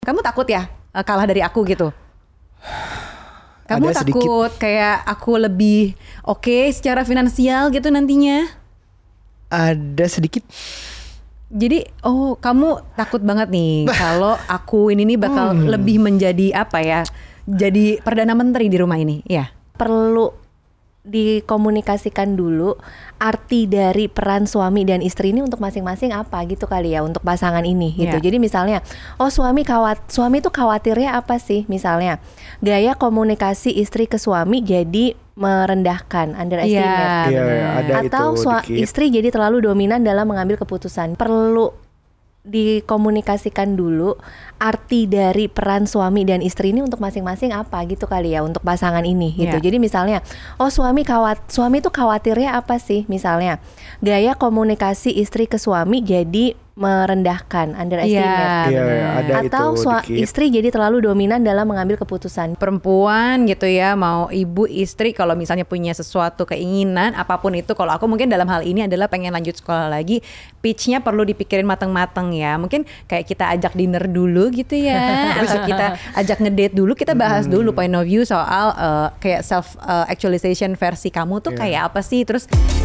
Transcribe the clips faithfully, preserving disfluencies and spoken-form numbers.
Kamu takut ya uh, kalah dari aku gitu? Kamu Ada takut sedikit. kayak aku lebih oke okay secara finansial gitu nantinya? Ada sedikit. Jadi, oh kamu takut banget nih kalau aku ini nih bakal Hmm. lebih menjadi apa ya? Jadi perdana menteri di rumah ini, ya? Perlu dikomunikasikan dulu arti dari peran suami dan istri ini untuk masing-masing apa gitu kali ya, untuk pasangan ini gitu. Yeah. Jadi misalnya, oh suami khawat, suami tuh khawatirnya apa sih? Misalnya, gaya komunikasi istri ke suami jadi merendahkan, underestimate. Iya, Iya, benar. ada Atau itu sua- dikit. istri jadi terlalu dominan dalam mengambil keputusan. Perlu dikomunikasikan dulu arti dari peran suami dan istri ini untuk masing-masing apa gitu kali ya, untuk pasangan ini gitu. Yeah. Jadi misalnya, oh suami khawat, suami tuh khawatirnya apa sih? Misalnya, gaya komunikasi istri ke suami jadi merendahkan, underestimate. Iya, benar. ada Atau itu sua- dikit. istri jadi terlalu dominan dalam mengambil keputusan. Perempuan gitu ya, mau ibu, istri, kalau misalnya punya sesuatu keinginan apapun itu, kalau aku mungkin dalam hal ini adalah pengen lanjut sekolah lagi, pitch-nya perlu dipikirin matang-matang ya. Mungkin kayak kita ajak dinner dulu gitu ya, atau kita ajak ngedate dulu, kita bahas Hmm. dulu point of view soal uh, kayak self uh, actualization versi kamu tuh Iya. kayak apa sih, terus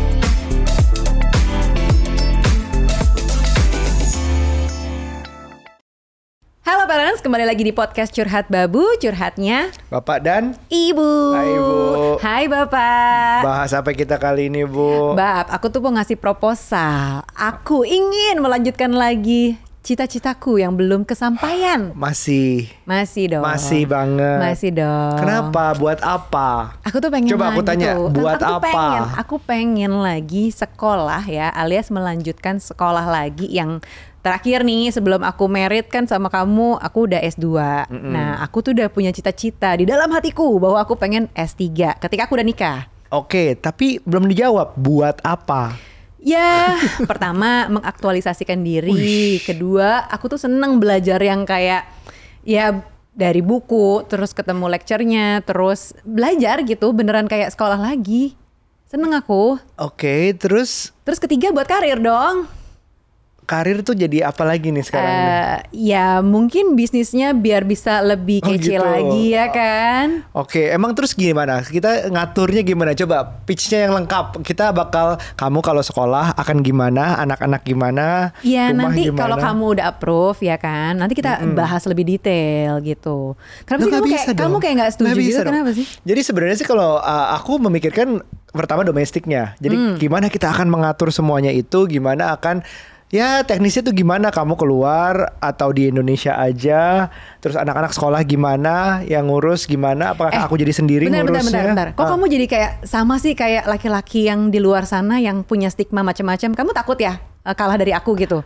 halo parents, kembali lagi di podcast Curhat Babu, curhatnya Bapak dan Ibu. Hai, Ibu. Hai Bapak. bahas apa kita kali ini, Bu? Bab, aku tuh mau ngasih proposal. Aku ingin melanjutkan lagi cita-citaku yang belum kesampaian. Masih. Masih dong. Masih banget. Masih dong. Kenapa? Buat apa? Aku tuh pengen Coba aku lagi tanya, tuh. buat aku tuh apa? Pengen, aku pengen lagi sekolah ya, alias melanjutkan sekolah lagi yang terakhir nih sebelum aku married kan sama kamu, aku udah S dua. Mm-mm. Nah, aku tuh udah punya cita-cita di dalam hatiku bahwa aku pengen S tiga ketika aku udah nikah. Oke, tapi belum dijawab. Buat apa? Ya, pertama mengaktualisasikan diri. Kedua, aku tuh seneng belajar yang kayak ya dari buku, terus ketemu lecture-nya, terus belajar gitu, beneran kayak sekolah lagi. Seneng aku. Oke, terus Terus ketiga buat karir dong. karir tuh jadi apa lagi nih sekarang? nih? Eh, ya mungkin bisnisnya biar bisa lebih Oh, kece gitu. lagi ya kan. Oke, emang terus gimana? Kita ngaturnya gimana? Coba pitch-nya yang lengkap. Kita bakal, kamu kalau sekolah akan gimana? Anak-anak gimana? Ya Rumah nanti gimana? kalau kamu udah approve ya kan, nanti kita bahas lebih detail gitu. Kenapa Loh, sih nggak kamu bisa kayak dong. kamu kayak nggak setuju Nggak gitu? bisa dong. Kenapa sih? Jadi sebenarnya sih kalau uh, aku memikirkan pertama domestiknya. Jadi Hmm. gimana kita akan mengatur semuanya itu? Gimana akan ya teknisnya tuh gimana? Kamu keluar atau di Indonesia aja? Terus anak-anak sekolah gimana? Yang ngurus gimana? Apakah Eh, aku jadi sendiri bentar, bentar, ngurusnya? bentar, bentar. Kok Ah. kamu jadi kayak sama sih kayak laki-laki yang di luar sana yang punya stigma macam-macam? Kamu takut ya uh, kalah dari aku gitu?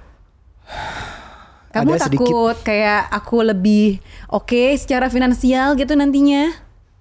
Kamu Ada takut kayak aku lebih oke okay secara finansial gitu nantinya?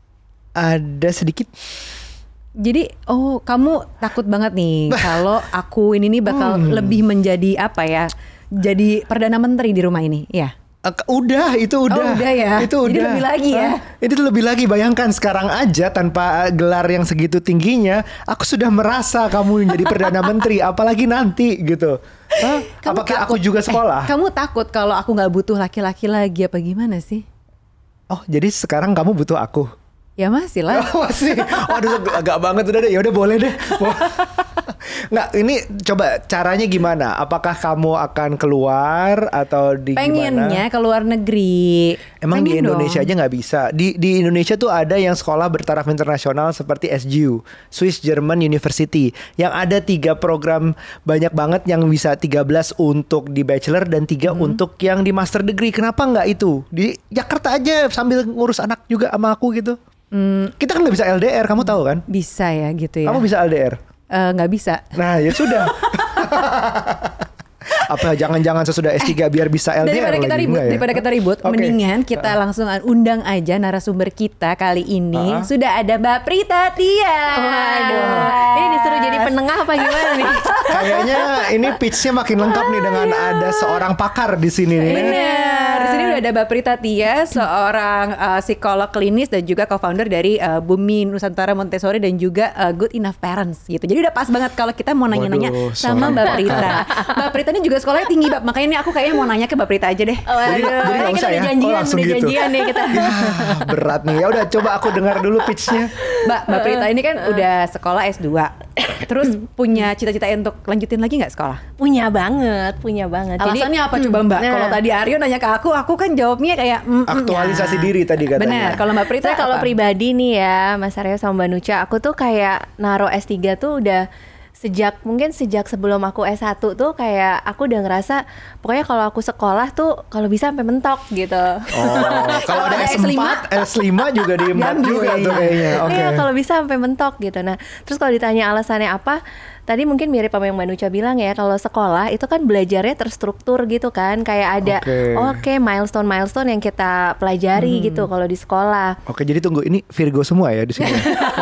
Ada sedikit. Jadi, oh kamu takut banget nih kalau aku ini nih bakal Hmm. lebih menjadi apa ya? Jadi perdana menteri di rumah ini, ya? Uh, udah, itu udah. Oh, udah ya? Itu Jadi udah. lebih lagi ya? Ah, itu lebih lagi. Bayangkan sekarang aja tanpa uh, gelar yang segitu tingginya, aku sudah merasa kamu menjadi perdana menteri. Apalagi nanti gitu. Hah? Kamu Apakah aku takut- juga eh, sekolah? kamu takut kalau aku nggak butuh laki-laki lagi apa gimana sih? Oh, jadi sekarang kamu butuh aku? Ya masih lah. Oh, masih. Waduh, agak banget udah deh. Ya udah boleh deh. Nggak, ini coba caranya gimana? Apakah kamu akan keluar atau di Pengennya gimana? ke luar negeri. Emang di Pengen Indonesia dong. aja nggak bisa. Di di Indonesia tuh ada yang sekolah bertaraf internasional seperti S G U, Swiss German University, yang ada tiga program banyak banget yang bisa tiga belas untuk di bachelor dan tiga Hmm. untuk yang di master degree. Kenapa nggak itu? Di Jakarta aja sambil ngurus anak juga sama aku gitu. Hmm, Kita kan nggak bisa L D R, kamu tahu kan? bisa ya gitu ya. Kamu bisa L D R? Eh, nggak bisa. Nah ya sudah. Apa jangan-jangan sesudah S tiga biar bisa L D R Daripada kita lagi? ribut, Enggak ya? daripada kita ribut, Oke. mendingan kita langsung undang aja narasumber kita kali ini. Uh-huh. Sudah ada Mbak Prita Tia. Waduh, ini disuruh jadi penengah apa gimana nih? Kayaknya ini pitch-nya makin lengkap nih dengan ada seorang pakar di sini nih. Benar. Di sini udah ada Mbak Prita Tia, seorang uh, psikolog klinis dan juga co-founder dari uh, Bumi Nusantara Montessori dan juga uh, Good Enough Parents gitu. Jadi udah pas banget kalau kita mau nanya-nanya Waduh, sama seorang Mbak pakar. Prita. Mbak Prita ini juga juga sekolahnya tinggi Mbak. Makanya ini aku kayaknya mau nanya ke Mbak Prita aja deh. Oh, Jadi- aduh, jadi nggak ini usah kita ya? udah Oh, janjian, langsung udah gitu. janjian nih kita. Ya, berat nih. Ya udah coba aku dengar dulu pitch-nya. Mbak, Mbak Prita ini kan udah sekolah S dua. Terus punya cita-cita untuk lanjutin lagi nggak sekolah? Punya banget, punya banget. Jadi- Alasannya apa coba Mbak? Nah. Kalau tadi Aryo nanya ke aku, aku kan jawabnya kayak mm, mm, Aktualisasi ya. diri tadi katanya. Benar. Kalau Mbak Prita Saya kalau apa? pribadi nih ya, Mas Aryo sama Mbak Nucha, aku tuh kayak naruh S tiga tuh udah sejak mungkin sejak sebelum aku S satu tuh kayak aku udah ngerasa pokoknya kalau aku sekolah tuh kalau bisa sampai mentok gitu. Oh, kalau ada S empat, S lima juga diempat Diambil, juga iya. tuh kayaknya. Oke. Iya, kalau bisa sampai mentok gitu. Nah, terus kalau ditanya alasannya apa? Tadi mungkin mirip apa yang Mbak Nucha bilang ya, kalau sekolah itu kan belajarnya terstruktur gitu kan, kayak ada Oke. oke milestone-milestone yang kita pelajari gitu kalau di sekolah. Oke, jadi tunggu ini Virgo semua ya di sini.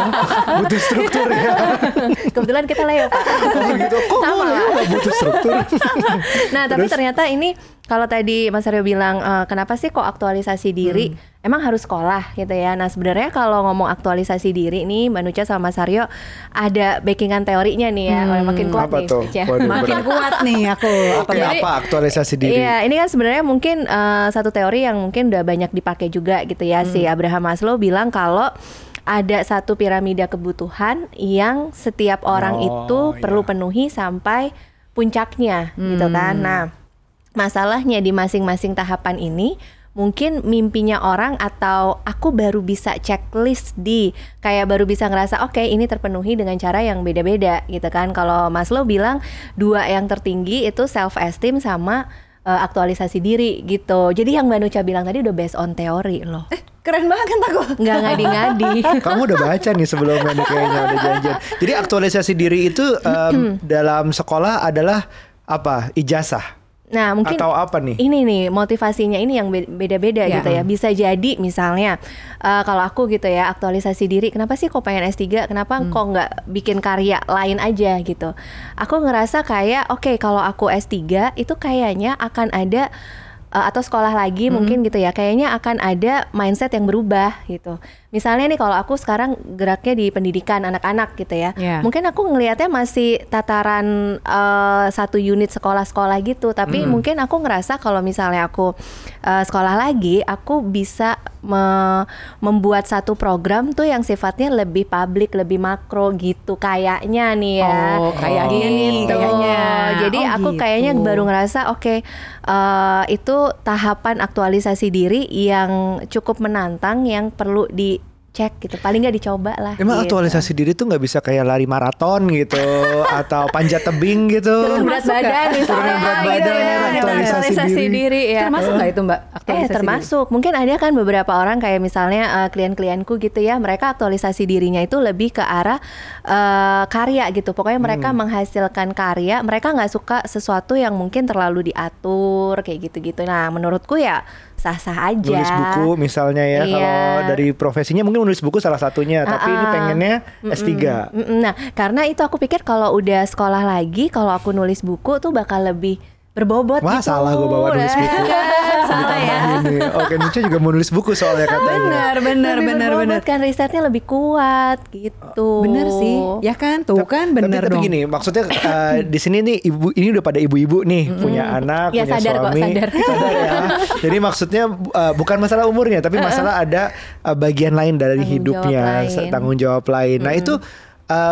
Oh, butuh struktur ya. Kebetulan kita Leo, Pak. Oh gitu. Kok Sama. boleh nggak butuh struktur? Nah, tapi Terus? ternyata ini kalau tadi Mas Aryo bilang e, kenapa sih kok aktualisasi diri? Emang harus sekolah gitu ya. Nah, sebenarnya kalau ngomong aktualisasi diri nih, Mbak Nucha sama Mas Aryo ada backingan teorinya nih ya. Oh, makin kuat Apa nih tuh? speech-nya. Waduh, Makin berat. kuat nih aku. Oke, Jadi- apa aktualisasi diri? Iya, ini kan sebenarnya mungkin eh, satu teori yang mungkin udah banyak dipakai juga gitu ya. Si Abraham Maslow bilang kalau ada satu piramida kebutuhan yang setiap orang Oh, itu iya. perlu penuhi sampai puncaknya gitu kan. Nah, masalahnya di masing-masing tahapan ini mungkin mimpinya orang atau aku baru bisa checklist di kayak baru bisa ngerasa oke ini terpenuhi dengan cara yang beda-beda gitu kan. Kalau Maslow bilang dua yang tertinggi itu self esteem sama uh, aktualisasi diri gitu. Jadi yang Mbak Nucha bilang tadi udah based on teori loh. Keren banget aku. Nggak ngadi-ngadi. Kamu udah baca nih sebelumnya nih kayaknya udah janjian. Jadi aktualisasi diri itu em, dalam sekolah adalah apa? Ijazah Nah mungkin atau apa nih? ini nih motivasinya ini yang be- beda-beda Ya. gitu ya. Bisa jadi misalnya uh, kalau aku gitu ya aktualisasi diri, kenapa sih kok pengen S tiga? Kenapa kok nggak bikin karya lain aja gitu? Aku ngerasa kayak oke kalau aku S tiga itu kayaknya akan ada uh, atau sekolah lagi mungkin gitu ya. Kayaknya akan ada mindset yang berubah gitu. Misalnya nih kalau aku sekarang geraknya di pendidikan anak-anak gitu ya. Ya. Mungkin aku ngelihatnya masih tataran uh, satu unit sekolah-sekolah gitu, tapi mungkin aku ngerasa kalau misalnya aku uh, sekolah lagi, aku bisa me- membuat satu program tuh yang sifatnya lebih publik, lebih makro gitu kayaknya nih ya. Oh, kayak gini Gitu. kayaknya. Jadi Oh, aku gitu. kayaknya baru ngerasa oke uh, itu tahapan aktualisasi diri yang cukup menantang yang perlu di cek gitu, paling nggak dicoba lah. Emang gitu. aktualisasi diri tuh nggak bisa kayak lari maraton gitu atau panjat tebing gitu? Turun berat Termasuk badan nggak? misalnya Turunin berat gitu badan, ya, aktualisasi aktualisasi diri. diri ya. Termasuk nggak itu Mbak? Eh Aktualisasi termasuk, mungkin ada kan beberapa orang kayak misalnya eh, klien-klienku gitu ya, mereka aktualisasi dirinya itu lebih ke arah eh, karya gitu. Pokoknya mereka menghasilkan karya, mereka nggak suka sesuatu yang mungkin terlalu diatur kayak gitu-gitu. Nah menurutku ya sah-sah aja. Nulis buku misalnya ya, Iya. kalau dari profesinya mungkin menulis buku salah satunya, tapi ini Ah, ah. pengennya S tiga. Mm-mm. Nah, karena itu aku pikir kalau udah sekolah lagi, kalau aku nulis buku tuh bakal lebih berbobot Wah, gitu. salah gue bawa nulis buku. Salah ya. Ini. Oke, Nucha juga mau nulis buku soalnya katanya. Benar, benar, Lebih benar, berbobot benar. kan risetnya lebih kuat gitu. Bener sih, ya kan? Tuh kan bener tapi, dong. Tapi gini, maksudnya eh, di sini nih ibu ini udah pada ibu-ibu nih, punya anak, Ya, punya sadar kok, suami. sadar. ya. Jadi maksudnya eh, bukan masalah umurnya, tapi masalah ada eh, bagian lain dari Tanggung hidupnya, jawab lain. se- tanggung jawab lain. Nah, itu eh,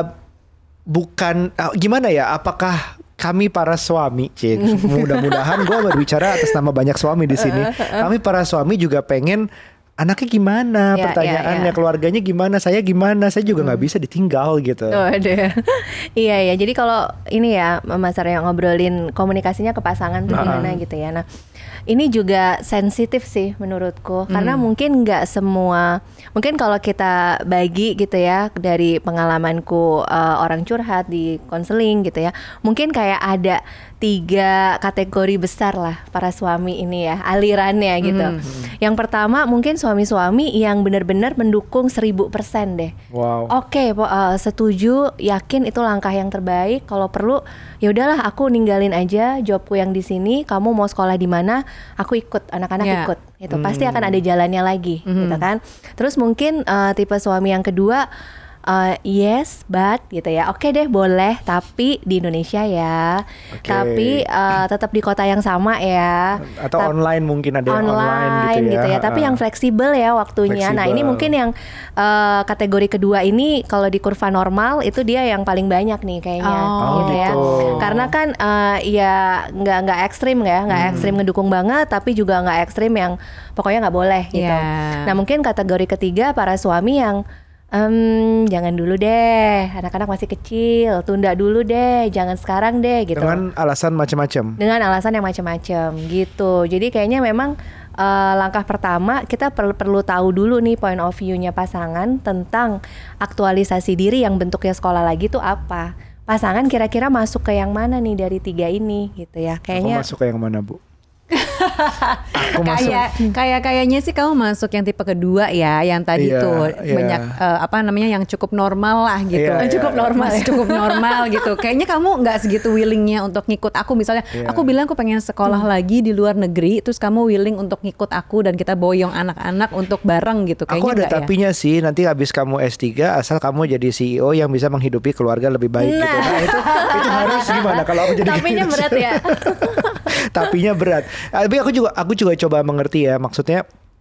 bukan eh, gimana ya? Apakah kami para suami, cik, mudah-mudahan gue berbicara atas nama banyak suami di sini. Kami para suami juga pengen anaknya gimana, Ya, pertanyaannya, ya, ya. keluarganya gimana, saya gimana, saya juga nggak bisa ditinggal gitu. Oh, ada. Iya ya. Jadi kalau ini ya Mas Aryo ngobrolin komunikasinya ke pasangan tuh gimana gitu ya. Nah, ini juga sensitif sih menurutku karena mungkin nggak semua, mungkin kalau kita bagi gitu ya dari pengalamanku uh, orang curhat di konseling gitu ya, mungkin kayak ada tiga kategori besar lah para suami ini ya, alirannya gitu. Yang pertama mungkin suami-suami yang benar-benar mendukung seribu persen deh. Wow. Oke, po- uh, setuju, yakin itu langkah yang terbaik. Kalau perlu, ya udahlah aku ninggalin aja jobku yang di sini. Kamu mau sekolah di mana? Aku ikut, anak-anak Ya. ikut. Itu pasti akan ada jalannya lagi, gitu kan. Terus mungkin uh, tipe suami yang kedua, uh, yes but gitu ya, oke deh boleh tapi di Indonesia ya, Oke. tapi uh, tetap di kota yang sama ya, Atau Ta- online mungkin ada yang online gitu ya, gitu ya, tapi Ha-ha. yang fleksibel ya waktunya. Nah ini Fleksibel. mungkin yang uh, kategori kedua ini kalau di kurva normal itu dia yang paling banyak nih kayaknya, Oh, gitu ya. gitu. Karena kan uh, ya nggak nggak ekstrim ya, nggak Hmm. ekstrim ngedukung banget, tapi juga nggak ekstrim yang pokoknya nggak boleh gitu. Yeah. Nah mungkin kategori ketiga para suami yang Em, jangan dulu deh, anak-anak masih kecil, tunda dulu deh, jangan sekarang deh gitu. Dengan alasan macam-macam. Dengan alasan yang macam-macam gitu. Jadi kayaknya memang eh, langkah pertama kita perlu perlu tahu dulu nih point of view-nya pasangan tentang aktualisasi diri yang bentuknya sekolah lagi tuh apa. Pasangan kira-kira masuk ke yang mana nih dari tiga ini gitu ya. Aku Kayaknya masuk ke yang mana, Bu? Aku masuk. Kayak kayak kayaknya sih kamu masuk yang tipe kedua ya, yang tadi Iya, tuh iya. banyak eh, apa namanya yang cukup normal lah gitu. Iya, iya, cukup iya. normal, Masih cukup normal gitu. Kayaknya kamu nggak segitu willingnya untuk ngikut aku misalnya. Iya. Aku bilang aku pengen sekolah lagi di luar negeri, terus kamu willing untuk ngikut aku dan kita boyong anak-anak untuk bareng gitu. Aku Kayaknya ada nggak ya? tapinya sih, nanti habis kamu S tiga asal kamu jadi C E O yang bisa menghidupi keluarga lebih baik gitu. Nah. Nah, itu itu harus gimana kalau aku jadi tapinya gitu berat sih? ya. Tapinya berat. Tapi aku juga aku juga coba mengerti ya, maksudnya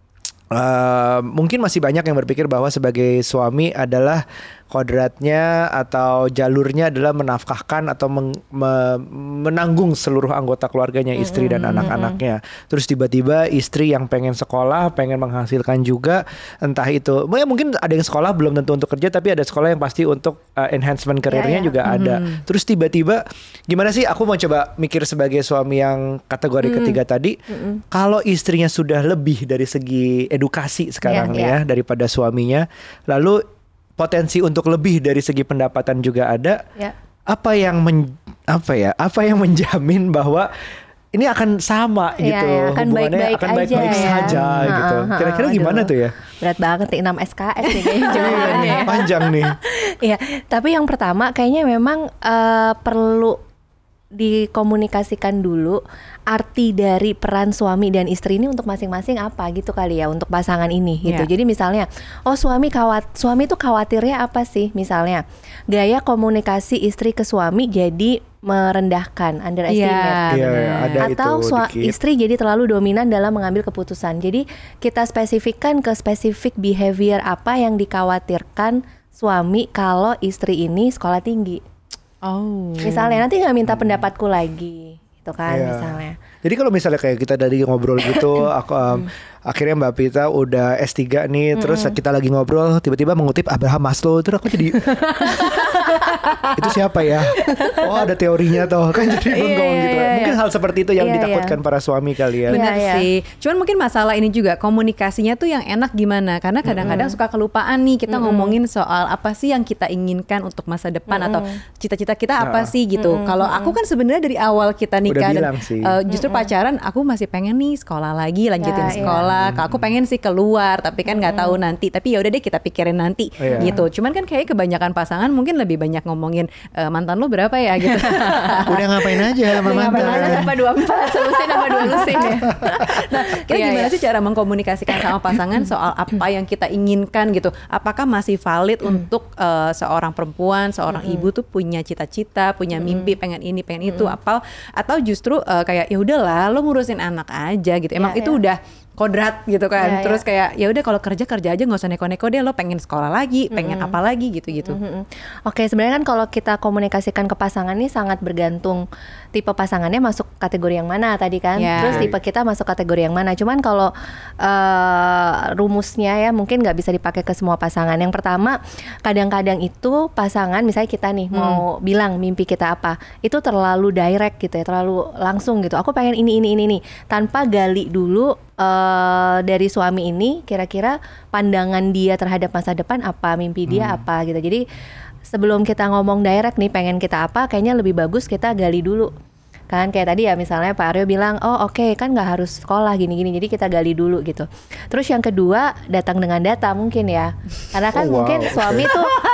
uh, mungkin masih banyak yang berpikir bahwa sebagai suami adalah kodratnya atau jalurnya adalah menafkahkan atau meng- me- menanggung seluruh anggota keluarganya, istri dan anak-anaknya. Terus tiba-tiba istri yang pengen sekolah, pengen menghasilkan juga, entah itu ya mungkin ada yang sekolah belum tentu untuk kerja, tapi ada sekolah yang pasti untuk uh, enhancement karirnya Ya, ya. juga ada. Terus tiba-tiba gimana sih, aku mau coba mikir sebagai suami yang kategori ketiga tadi, kalau istrinya sudah lebih dari segi edukasi sekarang Ya, nih ya daripada suaminya, lalu potensi untuk lebih dari segi pendapatan juga ada. Ya. Apa yang men, apa ya? Apa yang menjamin bahwa ini akan sama Iya, gitu, ya, akan hubungannya baik-baik akan aja baik-baik ya. saja Ha, gitu. ha, ha, Kira-kira gimana aduh. tuh ya? Berat banget nih enam S K S nih kayaknya jawabannya ya. Panjang nih. Iya, tapi yang pertama kayaknya memang eh, perlu dikomunikasikan dulu arti dari peran suami dan istri ini untuk masing-masing apa gitu kali ya, untuk pasangan ini gitu. Ya. Jadi misalnya, oh suami khawat, suami tuh khawatirnya apa sih? Misalnya, gaya komunikasi istri ke suami jadi merendahkan, underestimate. Iya, Iya, benar. ada Atau itu sua- dikit. istri jadi terlalu dominan dalam mengambil keputusan. Jadi kita spesifikkan ke spesifik behavior apa yang dikhawatirkan suami kalau istri ini sekolah tinggi. Oh. Misalnya nanti nggak minta pendapatku lagi, itu kan Iya. misalnya. Jadi kalau misalnya kayak kita dari ngobrol gitu, aku um, akhirnya Mbak Pita udah S tiga nih, terus kita lagi ngobrol, tiba-tiba mengutip Abraham Maslow, terus aku jadi itu siapa ya? Oh ada teorinya toh, kan jadi bengong Iya, gitu. iya, iya. Mungkin hal seperti itu yang Iya, ditakutkan para suami kali ya. Benar Iya, iya. sih. Cuman mungkin masalah ini juga komunikasinya tuh yang enak gimana? Karena kadang-kadang suka kelupaan nih kita ngomongin soal apa sih yang kita inginkan untuk masa depan atau cita-cita kita apa Nah. sih gitu. Kalau aku kan sebenarnya dari awal kita nikah dan bilang sih. uh, justru pacaran aku masih pengen nih sekolah lagi, lanjutin Ya, iya. sekolah. Kalau aku pengen sih keluar, tapi kan nggak tahu nanti. Tapi ya udah deh kita pikirin nanti Iya. gitu. Cuman kan kayak kebanyakan pasangan mungkin lebih banyak ngomongin "E, mantan lu berapa ya gitu. Udah ngapain aja sama Ngapain mantan? aja sampai dua puluh empat, selusin apa dua lusin ya. Nah, kita Iya, gimana iya. sih cara mengkomunikasikan sama pasangan soal apa yang kita inginkan gitu? Apakah masih valid untuk uh, seorang perempuan, seorang ibu tuh punya cita-cita, punya mimpi, pengen ini, pengen itu, apa? Atau justru uh, kayak ya udahlah, lo ngurusin anak aja gitu. Emang Iya, itu iya. udah kodrat gitu kan. Iya, Terus iya. kayak ya udah kalau kerja kerja aja nggak usah neko-neko deh. Lo pengen sekolah lagi, pengen apa lagi gitu-gitu. Mm-mm. Oke, sebenarnya kan kalau kita komunikasikan ke pasangan ini sangat bergantung tipe pasangannya masuk kategori yang mana tadi kan. Ya. Terus tipe kita masuk kategori yang mana. Cuman kalau eh, rumusnya ya mungkin nggak bisa dipakai ke semua pasangan. Yang pertama, kadang-kadang itu pasangan misalnya kita nih mau bilang mimpi kita apa, itu terlalu direct gitu ya, terlalu langsung gitu. Aku pengen ini ini ini nih, tanpa gali dulu eh, dari suami ini kira-kira pandangan dia terhadap masa depan apa, mimpi dia apa gitu. Jadi sebelum kita ngomong direct nih pengen kita apa, kayaknya lebih bagus kita gali dulu. Kan kayak tadi ya misalnya Pak Aryo bilang, oh oke kan nggak harus sekolah gini-gini, jadi kita gali dulu gitu. Terus yang kedua, datang dengan data mungkin ya, karena kan Oh, wow, mungkin oke. suami tuh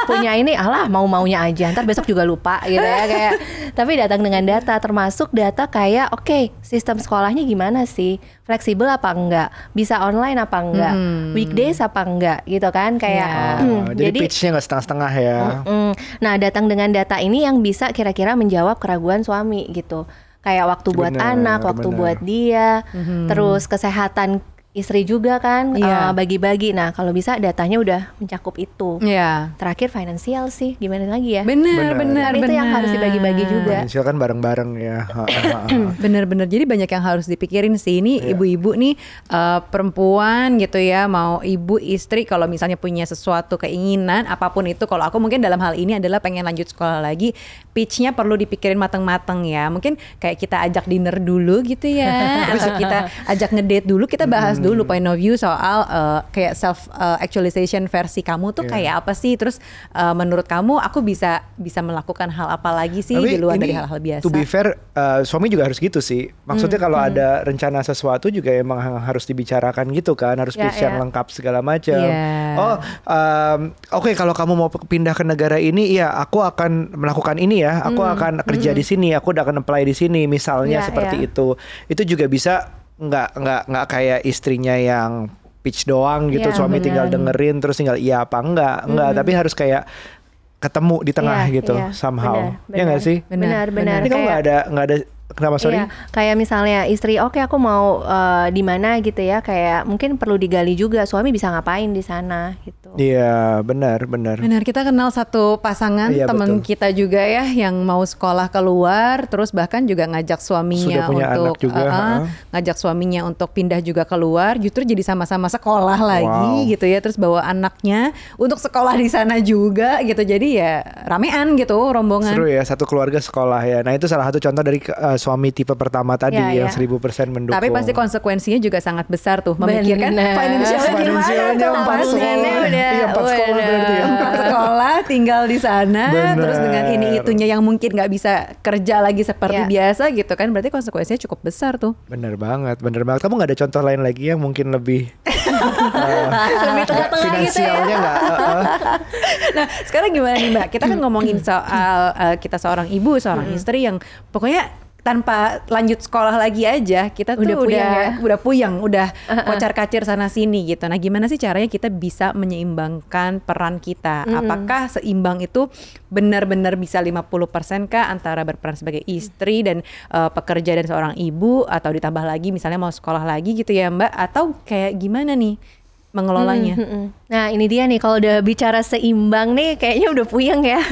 punya ini, alah mau-maunya aja, ntar besok juga lupa gitu ya kayak. Tapi datang dengan data, termasuk data kayak oke okay, sistem sekolahnya gimana sih, fleksibel apa enggak, bisa online apa enggak, hmm. weekdays apa enggak gitu kan kayak. Yeah. Oh, jadi, jadi pitch-nya nggak setengah-setengah ya. Mm-mm. Nah datang dengan data ini yang bisa kira-kira menjawab keraguan suami gitu. Kayak waktu buat bener, anak, waktu bener. buat dia, mm-hmm. terus kesehatan istri juga kan, yeah. uh, bagi-bagi. Nah kalau bisa datanya udah mencakup itu. Yeah. Terakhir finansial sih, gimana lagi ya? Bener, bener, bener. Itu yang harus dibagi-bagi juga. Finansial kan bareng-bareng ya. Bener-bener. Jadi banyak yang harus dipikirin sih. Ini yeah. ibu-ibu nih uh, perempuan gitu ya, mau ibu istri kalau misalnya punya sesuatu keinginan apapun itu. Kalau aku mungkin dalam hal ini adalah pengen lanjut sekolah lagi, pitch-nya perlu dipikirin matang-matang ya. Mungkin kayak kita ajak dinner dulu gitu ya, atau kita ajak ngedate dulu, kita bahas dulu point of view soal uh, kayak self uh, actualization versi kamu tuh yeah. kayak apa sih, terus uh, menurut kamu aku bisa bisa melakukan hal apa lagi sih tapi di luar ini, dari hal-hal biasa. To be fair, uh, suami juga harus gitu sih. Maksudnya hmm, kalau hmm. ada rencana sesuatu juga emang harus dibicarakan gitu kan, harus yeah, pitch yeah. yang lengkap segala macam. Yeah. Oh, um, oke okay, kalau kamu mau pindah ke negara ini, ya aku akan melakukan ini ya, aku hmm, akan kerja hmm. di sini, aku udah akan apply di sini, misalnya yeah, seperti yeah. itu. Itu juga bisa. Nggak nggak nggak kayak istrinya yang pitch doang gitu, yeah, suami bener. tinggal dengerin terus tinggal iya apa enggak enggak mm. tapi harus kayak ketemu di tengah yeah, gitu yeah. somehow. Benar, ya nggak sih? Benar benar. Ini kamu nggak ada nggak ada kenapa sorry? Iya, kayak misalnya istri, oke okay, aku mau uh, di mana gitu ya, kayak mungkin perlu digali juga suami bisa ngapain di sana gitu. Iya benar benar. Benar, kita kenal satu pasangan iya, teman kita juga ya yang mau sekolah keluar, terus bahkan juga ngajak suaminya untuk juga, uh, uh, ngajak suaminya untuk pindah juga keluar, justru jadi sama-sama sekolah lagi wow. gitu ya, terus bawa anaknya untuk sekolah di sana juga gitu, jadi ya ramean gitu rombongan. Seru ya, satu keluarga sekolah ya. Nah itu salah satu contoh dari uh, suami tipe pertama tadi ya, yang ya. seribu persen mendukung. Tapi pasti konsekuensinya juga sangat besar tuh, memikirkan financialnya gimana. Empat sekolah, iya empat sekolah berarti ya. Empat sekolah, tinggal di sana, bener. Terus dengan ini itunya yang mungkin nggak bisa kerja lagi seperti ya. biasa gitu kan, berarti konsekuensinya cukup besar tuh. Bener banget, bener banget. Kamu nggak ada contoh lain lagi yang mungkin lebih uh, lebih tengah-tengah finansialnya nggak? Gitu ya? uh, uh. Nah sekarang gimana nih Mbak? Kita kan ngomongin soal uh, kita seorang ibu, seorang istri yang pokoknya tanpa lanjut sekolah lagi aja kita tuh udah udah puyeng, ya? udah puyeng, udah kocar-kacir sana sini gitu. Nah, gimana sih caranya kita bisa menyeimbangkan peran kita? Mm-hmm. Apakah seimbang itu benar-benar bisa lima puluh persen kah antara berperan sebagai istri dan uh, pekerja dan seorang ibu, atau ditambah lagi misalnya mau sekolah lagi gitu ya, Mbak? Atau kayak gimana nih mengelolanya? Mm-hmm. Nah ini dia nih, kalau udah bicara seimbang nih kayaknya udah puyeng ya.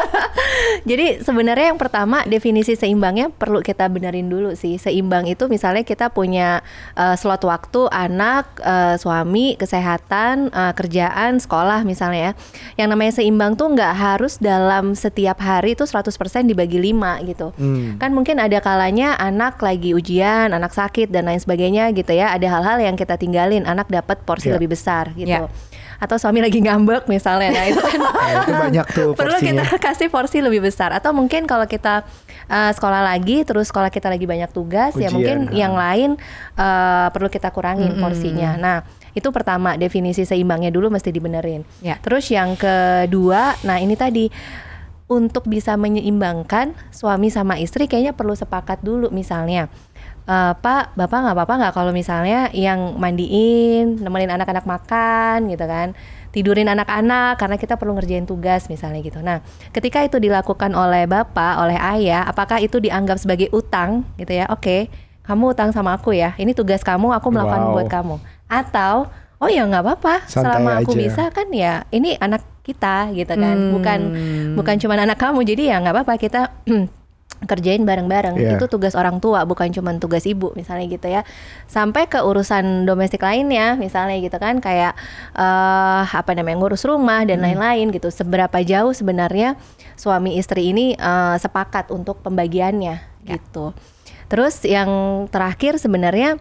Jadi sebenarnya yang pertama definisi seimbangnya perlu kita benerin dulu sih. Seimbang itu misalnya kita punya uh, slot waktu anak, uh, suami, kesehatan, uh, kerjaan, sekolah misalnya ya. Yang namanya seimbang tuh nggak harus dalam setiap hari itu seratus persen dibagi lima gitu. Hmm. Kan mungkin ada kalanya anak lagi ujian, anak sakit dan lain sebagainya gitu ya. Ada hal-hal yang kita tinggalin, anak dapat porsi yeah. lebih besar gitu. Yeah. Atau suami lagi ngambek misalnya, nah itu kan nah, itu banyak tuh perlu kita kasih porsi lebih besar. Atau mungkin kalau kita uh, sekolah lagi, terus sekolah kita lagi banyak tugas, ujian, ya mungkin ha. yang lain uh, perlu kita kurangin mm-hmm. porsinya. Nah itu pertama, definisi seimbangnya dulu mesti dibenerin. Ya. Terus yang kedua, nah ini tadi untuk bisa menyeimbangkan suami sama istri kayaknya perlu sepakat dulu. Misalnya Uh, Pak, Bapak nggak apa-apa nggak kalau misalnya yang mandiin, nemenin anak-anak makan gitu kan, tidurin anak-anak karena kita perlu ngerjain tugas misalnya gitu. Nah, ketika itu dilakukan oleh Bapak, oleh Ayah, apakah itu dianggap sebagai utang gitu ya? Oke, kamu utang sama aku ya, ini tugas kamu, aku melakukan wow. buat kamu. Atau, oh ya nggak apa-apa, santai selama aku aja. bisa kan ya, ini anak kita gitu kan, hmm. bukan bukan cuma anak kamu, jadi ya nggak apa-apa kita kerjain bareng-bareng. Yeah. Itu tugas orang tua, bukan cuma tugas ibu misalnya gitu ya. Sampai ke urusan domestik lainnya misalnya gitu kan, kayak uh, apa namanya, ngurus rumah dan hmm. lain-lain gitu. Seberapa jauh sebenarnya suami istri ini uh, sepakat untuk pembagiannya yeah. gitu. Terus yang terakhir sebenarnya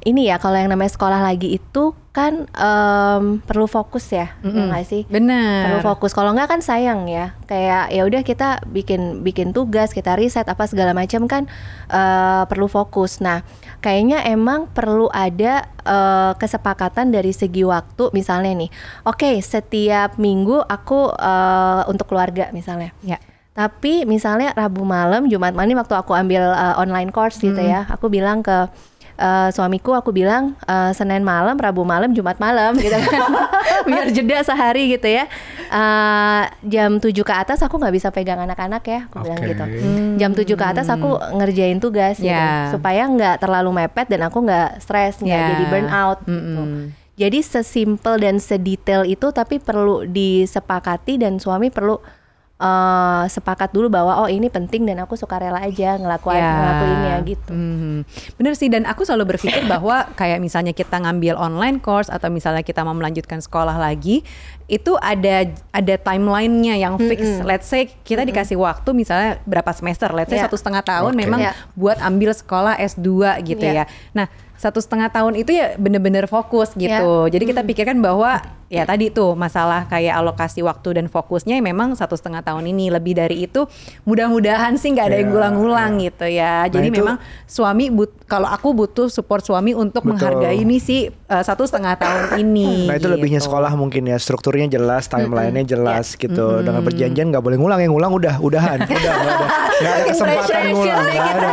ini ya, kalau yang namanya sekolah lagi itu kan um, perlu fokus ya, mm-hmm. ya nggak sih? Benar. Perlu fokus. Kalau nggak kan sayang ya. Kayak ya udah kita bikin bikin tugas, kita riset apa segala macam kan uh, perlu fokus. Nah, kayaknya emang perlu ada uh, kesepakatan dari segi waktu. Misalnya nih, oke okay, setiap minggu aku uh, untuk keluarga misalnya. Ya. Tapi misalnya Rabu malam, Jumat malam waktu aku ambil uh, online course gitu mm. ya, aku bilang ke Uh, suamiku aku bilang uh, Senin malam, Rabu malam, Jumat malam gitu kan biar jeda sehari gitu ya. uh, jam tujuh ke atas aku nggak bisa pegang anak-anak ya, aku okay. bilang gitu. hmm. Jam tujuh ke atas aku ngerjain tugas gitu yeah. supaya nggak terlalu mepet dan aku nggak stres, nggak yeah. jadi burn out gitu. mm-hmm. Jadi sesimpel dan sedetail itu, tapi perlu disepakati dan suami perlu Uh, sepakat dulu bahwa oh ini penting dan aku suka rela aja ngelakuin yeah. ngelakuinnya gitu. Mm-hmm. Bener sih, dan aku selalu berpikir bahwa kayak misalnya kita ngambil online course atau misalnya kita mau melanjutkan sekolah lagi, itu ada ada timelinenya yang fix. Mm-hmm. Let's say kita mm-hmm. dikasih waktu misalnya berapa semester, let's say yeah. satu setengah tahun okay. memang yeah. buat ambil sekolah S dua gitu yeah. ya. Nah satu setengah tahun itu ya bener-bener fokus gitu. Yeah. Jadi kita pikirkan bahwa ya tadi tuh masalah kayak alokasi waktu dan fokusnya memang satu setengah tahun ini. Lebih dari itu mudah-mudahan sih nggak ada yeah, yang ngulang-ngulang yeah. gitu ya. Jadi nah, memang suami but kalau aku butuh support suami untuk betul. menghargai ini sih uh, satu setengah tahun ini. Nah itu gitu. lebihnya sekolah mungkin ya, strukturnya jelas, timelinenya jelas yeah. gitu. Mm-hmm. Dengan perjanjian nggak boleh ngulang, yang ngulang udah udahan, udah nggak ada, nggak ada kesempatan ngulang, nggak ada.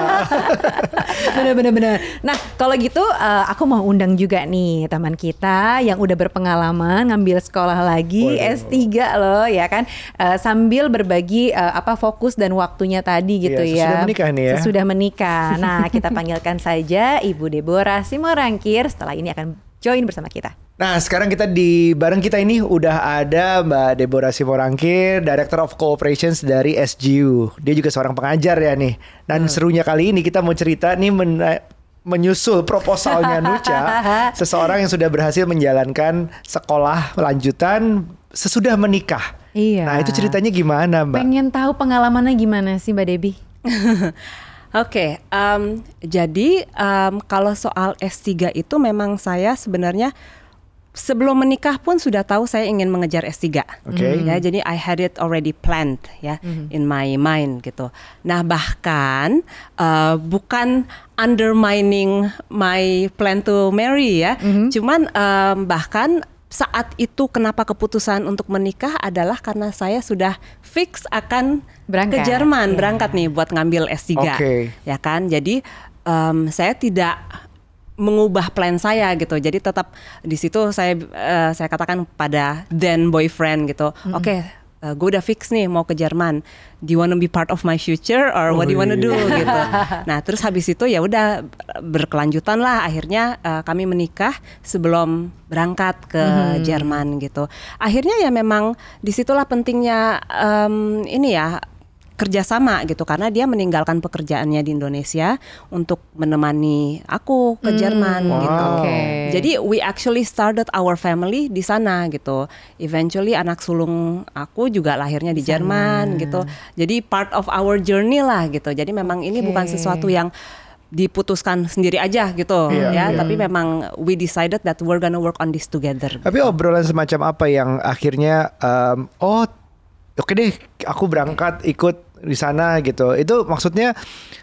Bener-bener. Nah kalau gitu Itu uh, aku mau undang juga nih teman kita yang udah berpengalaman ngambil sekolah lagi Waduh. S tiga loh ya kan, uh, sambil berbagi uh, apa fokus dan waktunya tadi gitu iya, ya. Sesudah menikah nih ya. Sesudah menikah. Nah kita panggilkan saja Ibu Deborah Simorangkir. Setelah ini akan join bersama kita. Nah sekarang kita di bareng kita ini udah ada Mbak Deborah Simorangkir, Director of Cooperations dari S G U. Dia juga seorang pengajar ya nih. Dan hmm. serunya kali ini kita mau cerita nih men- menyusul proposalnya Nucha, seseorang yang sudah berhasil menjalankan sekolah lanjutan sesudah menikah. Iya. Nah itu ceritanya gimana Mbak? Pengen tahu pengalamannya gimana sih Mbak Debbie? Oke, okay, um, jadi um, kalau soal S tiga itu memang saya sebenarnya sebelum menikah pun sudah tahu saya ingin mengejar S tiga. Okay. Ya, jadi I had it already planned ya mm-hmm. in my mind gitu. Nah, bahkan uh, bukan undermining my plan to marry ya. Mm-hmm. Cuman um, bahkan saat itu kenapa keputusan untuk menikah adalah karena saya sudah fix akan berangkat. ke Jerman, yeah. berangkat nih buat ngambil S tiga. Okay. Ya kan? Jadi um, saya tidak mengubah plan saya gitu. Jadi tetap di situ saya uh, saya katakan pada then boyfriend gitu. Mm-hmm. Oke, okay, uh, gue udah fix nih mau ke Jerman. Do you wanna be part of my future or what do you wanna do gitu. Nah, terus habis itu ya udah berkelanjutan lah akhirnya uh, kami menikah sebelum berangkat ke mm-hmm. Jerman gitu. Akhirnya ya memang disitulah pentingnya um, ini ya kerjasama gitu, karena dia meninggalkan pekerjaannya di Indonesia untuk menemani aku ke Jerman hmm, gitu. Wow. Okay. Jadi we actually started our family di sana gitu. Eventually anak sulung aku juga lahirnya di, di Jerman gitu. Jadi part of our journey lah gitu. Jadi memang okay. ini bukan sesuatu yang diputuskan sendiri aja gitu yeah, ya, yeah. tapi memang we decided that we're gonna work on this together. Tapi gitu. Obrolan semacam apa yang akhirnya um, oh oke deh, aku berangkat ikut di sana gitu. Itu maksudnya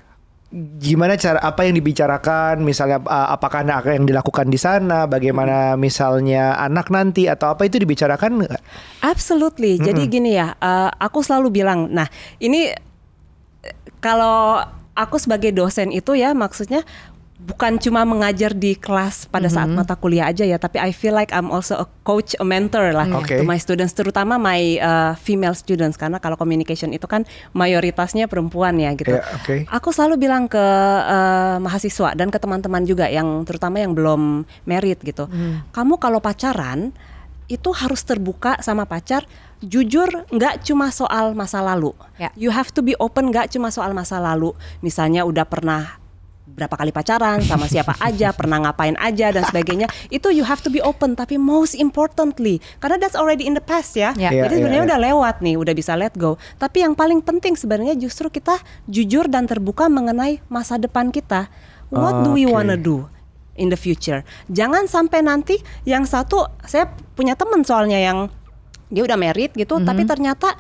gimana cara, apa yang dibicarakan, misalnya uh, apakah yang dilakukan di sana, bagaimana hmm. misalnya anak nanti atau apa itu dibicarakan nggak? Absolutely. Hmm. Jadi gini ya, uh, aku selalu bilang, nah ini kalau aku sebagai dosen itu ya maksudnya bukan cuma mengajar di kelas pada saat mm-hmm. mata kuliah aja ya, tapi I feel like I'm also a coach, a mentor lah okay. to my students, terutama my uh, female students, karena kalau communication itu kan mayoritasnya perempuan ya gitu. Yeah, okay. Aku selalu bilang ke uh, mahasiswa dan ke teman-teman juga yang terutama yang belum married gitu, mm. kamu kalau pacaran itu harus terbuka sama pacar, jujur, nggak cuma soal masa lalu. Yeah. You have to be open, nggak cuma soal masa lalu. Misalnya udah pernah berapa kali pacaran, sama siapa aja, pernah ngapain aja dan sebagainya. Itu you have to be open, tapi most importantly, karena that's already in the past ya. Yeah. Yeah, Jadi sebenarnya yeah, udah lewat nih, udah bisa let go. Tapi yang paling penting sebenarnya justru kita jujur dan terbuka mengenai masa depan kita. What oh, do we okay. wanna do? in the future. Jangan sampai nanti yang satu, saya punya teman soalnya yang dia udah married gitu, mm-hmm. tapi ternyata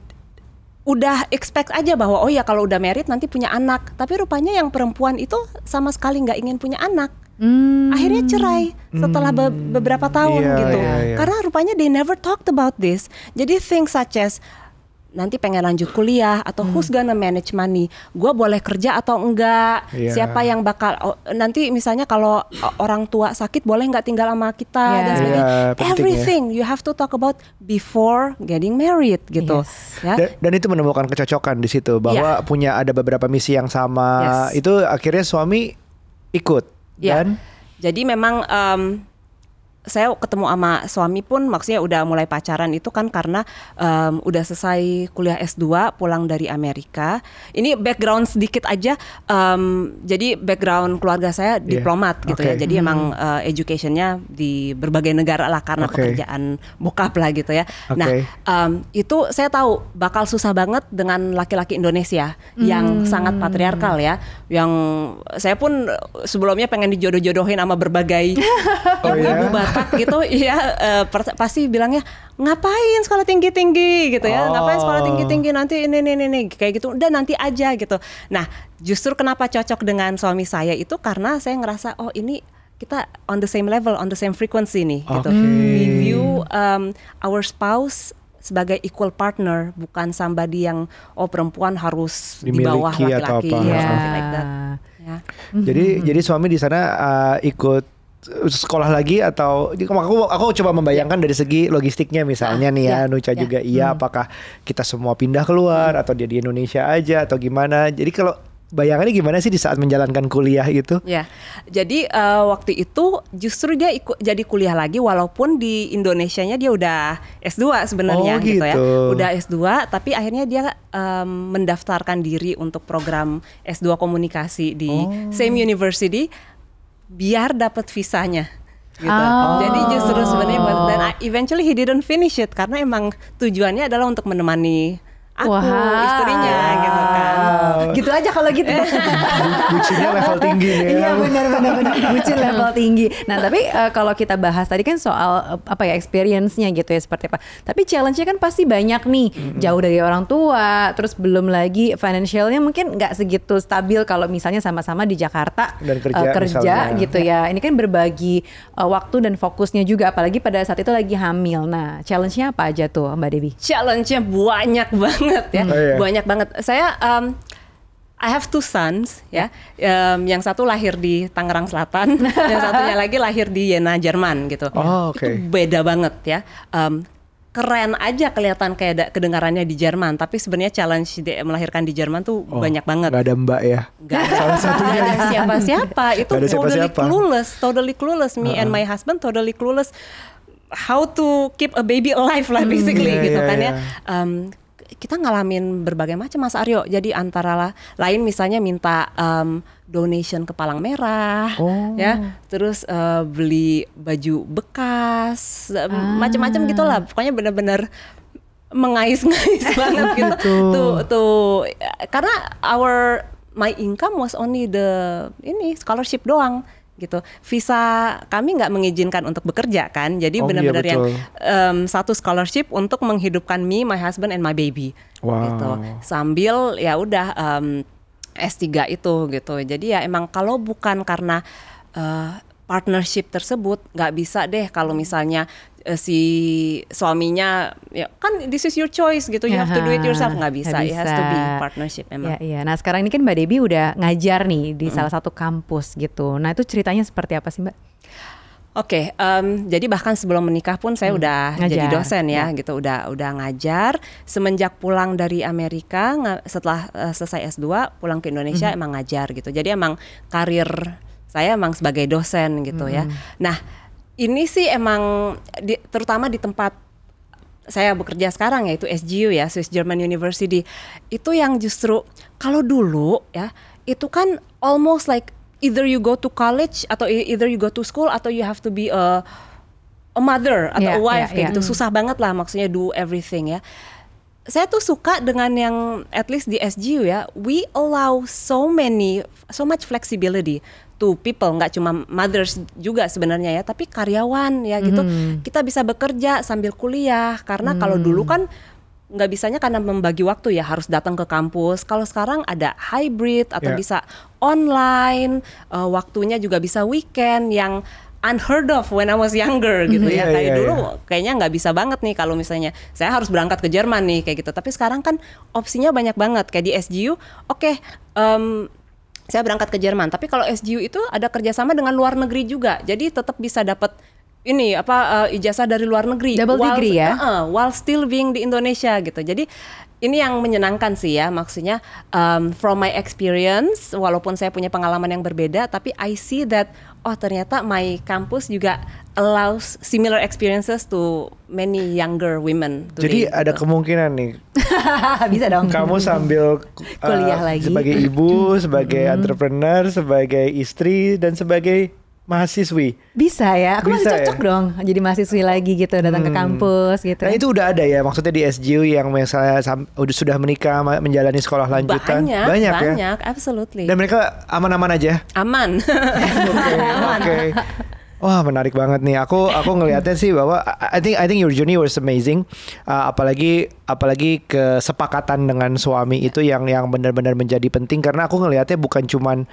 udah expect aja bahwa oh ya kalau udah married nanti punya anak, tapi rupanya yang perempuan itu sama sekali nggak ingin punya anak. Hmm. Akhirnya cerai setelah be- beberapa tahun yeah, gitu, yeah, yeah. karena rupanya they never talked about this. Jadi things such as nanti pengen lanjut kuliah atau hmm. who's gonna manage money, gue boleh kerja atau enggak, yeah. siapa yang bakal oh, nanti misalnya kalau orang tua sakit boleh nggak tinggal sama kita yeah. dan sebagainya. Yeah, everything ya. You have to talk about before getting married gitu. Yes. Ya? Dan, dan itu menemukan kecocokan di situ bahwa yeah. punya ada beberapa misi yang sama. Yes. Itu akhirnya suami ikut. Ya, dan jadi memang um, saya ketemu sama suami pun maksudnya udah mulai pacaran itu kan karena um, udah selesai kuliah S dua pulang dari Amerika. Ini background sedikit aja, um, jadi background keluarga saya yeah. diplomat gitu okay. ya. Jadi hmm. emang uh, educationnya di berbagai negara lah karena okay. pekerjaan bokap lah gitu ya. Okay. Nah um, itu saya tahu bakal susah banget dengan laki-laki Indonesia hmm. yang sangat patriarkal ya. Yang saya pun sebelumnya pengen dijodoh-jodohin sama berbagai oh, ibu-ibu yeah? gitu ya uh, per- pasti bilangnya ngapain sekolah tinggi-tinggi gitu ya, oh. ngapain sekolah tinggi-tinggi nanti ini ini ini kayak gitu, udah nanti aja gitu. Nah justru kenapa cocok dengan suami saya itu karena saya ngerasa oh ini kita on the same level, on the same frequency nih okay. gitu. We view um, our spouse sebagai equal partner, bukan somebody yang oh perempuan harus dimiliki di bawah laki-laki atau apa. Ya, Yeah. something like that. Ya. Jadi Mm-hmm. jadi suami di sana uh, ikut sekolah lagi atau aku aku coba membayangkan yeah. dari segi logistiknya misalnya ah, nih ya, yeah. Nucha yeah. juga iya, hmm. apakah kita semua pindah keluar hmm. atau dia di Indonesia aja atau gimana? Jadi kalau bayangannya gimana sih di saat menjalankan kuliah itu? Ya, jadi uh, waktu itu justru dia ikut jadi kuliah lagi walaupun di Indonesianya dia udah S dua sebenarnya oh, gitu. gitu ya, udah S dua tapi akhirnya dia um, mendaftarkan diri untuk program S dua komunikasi di oh. same university. Biar dapat visanya gitu. Oh. Jadi justru sebenarnya dan eventually he didn't finish it karena emang tujuannya adalah untuk menemani aku, wow. istrinya gitu kan. Gitu aja kalau gitu. Bucinnya level tinggi nih. Iya benar-benar bucin level tinggi. Nah tapi uh, kalau kita bahas tadi kan soal uh, apa ya experience-nya gitu ya seperti apa. Tapi challenge-nya kan pasti banyak nih. Mm-hmm. Jauh dari orang tua, terus belum lagi financialnya mungkin nggak segitu stabil kalau misalnya sama-sama di Jakarta dan kerja, uh, kerja gitu ya. Ini kan berbagi uh, waktu dan fokusnya juga, apalagi pada saat itu lagi hamil. Nah challenge-nya apa aja tuh Mbak Debbie? Challenge-nya banyak banget. Ya, oh, iya. banyak banget. Saya um, I have two sons ya. Um, yang satu lahir di Tangerang Selatan, yang satunya lagi lahir di Jena, Jerman gitu. Oh, okay. Itu beda banget ya. Um, keren aja kelihatan kayak da- kedengarannya di Jerman, tapi sebenarnya challenge di, melahirkan di Jerman tuh oh, banyak banget. Gak ada mbak ya? Gak ada. Salah satunya gak ada siapa-siapa. Itu ada totally siapa-siapa. clueless, totally clueless. Me uh-uh. and my husband totally clueless. How to keep a baby alive lah basically hmm, gitu yeah, kan yeah. ya. Um, kita ngalamin berbagai macam Mas Aryo. Jadi antara la- lain misalnya minta um, donation ke Palang Merah, oh. ya, terus uh, beli baju bekas, ah. macam-macam gitulah. Pokoknya benar-benar mengais-ngais banget gitu. Tuh, tuh, karena our my income was only the ini scholarship doang. Gitu, visa kami nggak mengizinkan untuk bekerja kan, jadi oh, benar-benar iya, yang um, satu scholarship untuk menghidupkan me, my husband and my baby, wow. gitu. Sambil ya udah um, S tiga itu gitu. Jadi ya emang kalau bukan karena uh, partnership tersebut nggak bisa deh kalau misalnya uh, si suaminya ya kan this is your choice gitu, you have to do it yourself, nggak bisa. bisa, it has to be partnership memang. Ya, iya. Nah sekarang ini kan Mbak Debbie udah ngajar nih di mm. salah satu kampus gitu. Nah itu ceritanya seperti apa sih Mbak? Oke, okay, um, jadi bahkan sebelum menikah pun saya hmm, udah ngajar. Jadi dosen ya, ya, gitu, udah udah ngajar. Semenjak pulang dari Amerika, ng- setelah uh, selesai S dua, pulang ke Indonesia hmm. emang ngajar gitu. Jadi emang karir saya emang sebagai dosen gitu hmm. ya. Nah, ini sih emang di, terutama di tempat saya bekerja sekarang yaitu S G U ya, Swiss German University. Itu yang justru kalau dulu ya, itu kan almost like either you go to college atau either you go to school atau you have to be a a mother atau yeah, a wife yeah, kayak yeah. gitu. Susah banget lah maksudnya do everything ya. Saya tuh suka dengan yang at least di S G U ya, we allow so many so much flexibility to people, nggak cuma mothers juga sebenarnya ya, tapi karyawan ya gitu. Mm. Kita bisa bekerja sambil kuliah karena mm. kalau dulu kan nggak bisanya karena membagi waktu ya, harus datang ke kampus. Kalau sekarang ada hybrid atau yeah. bisa online, uh, waktunya juga bisa weekend yang unheard of when I was younger gitu mm-hmm. ya. Yeah, kayak yeah, dulu yeah. kayaknya nggak bisa banget nih kalau misalnya saya harus berangkat ke Jerman nih kayak gitu. Tapi sekarang kan opsinya banyak banget kayak di S G U. Oke, okay, um, saya berangkat ke Jerman, tapi kalau S G U itu ada kerjasama dengan luar negeri juga, jadi tetap bisa dapat ini apa uh, ijazah dari luar negeri, double while, degree ya, uh, while still being di Indonesia gitu. Jadi ini yang menyenangkan sih ya, maksudnya um, from my experience, walaupun saya punya pengalaman yang berbeda, tapi I see that oh ternyata my campus juga allows similar experiences to many younger women today. Jadi ada kemungkinan nih. Bisa dong. Kamu sambil uh, kuliah lagi sebagai ibu, sebagai mm. entrepreneur, sebagai istri dan sebagai mahasiswi. Bisa ya, aku Bisa masih cocok ya? dong jadi mahasiswi lagi gitu, datang hmm. ke kampus gitu. Nah itu udah ada ya, maksudnya di S G U yang misalnya sam- udah sudah menikah, menjalani sekolah lanjutan. Banyak, banyak, banyak ya? absolutely. Dan mereka aman-aman aja? Aman. Oke, oke. Wah menarik banget nih. Aku aku ngelihatnya sih bahwa I think I think your journey was amazing. Uh, apalagi apalagi kesepakatan dengan suami itu yang yang benar-benar menjadi penting, karena aku ngelihatnya bukan cuman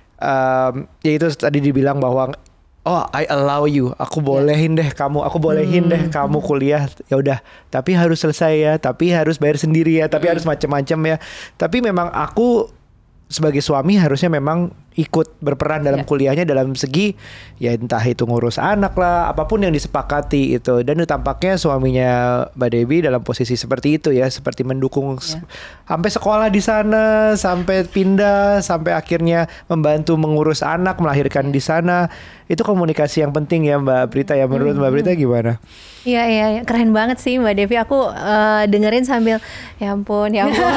Um, ya itu tadi dibilang bahwa oh I allow you, aku bolehin deh kamu, aku bolehin hmm. deh kamu kuliah, ya udah, tapi harus selesai ya, tapi harus bayar sendiri ya, tapi hmm. harus macam-macam ya. Tapi memang aku sebagai suami harusnya memang ikut berperan dalam yeah. kuliahnya dalam segi ya entah itu ngurus anak lah, apapun yang disepakati itu. Dan itu tampaknya suaminya Mbak Debbie dalam posisi seperti itu ya, seperti mendukung yeah. sampai sekolah di sana, sampai pindah, sampai akhirnya membantu mengurus anak, melahirkan yeah. di sana. Itu komunikasi yang penting ya Mbak Prita ya. Menurut hmm. Mbak Prita gimana? Iya iya keren banget sih Mbak Devi. Aku uh, dengerin sambil ya ampun ya ampun.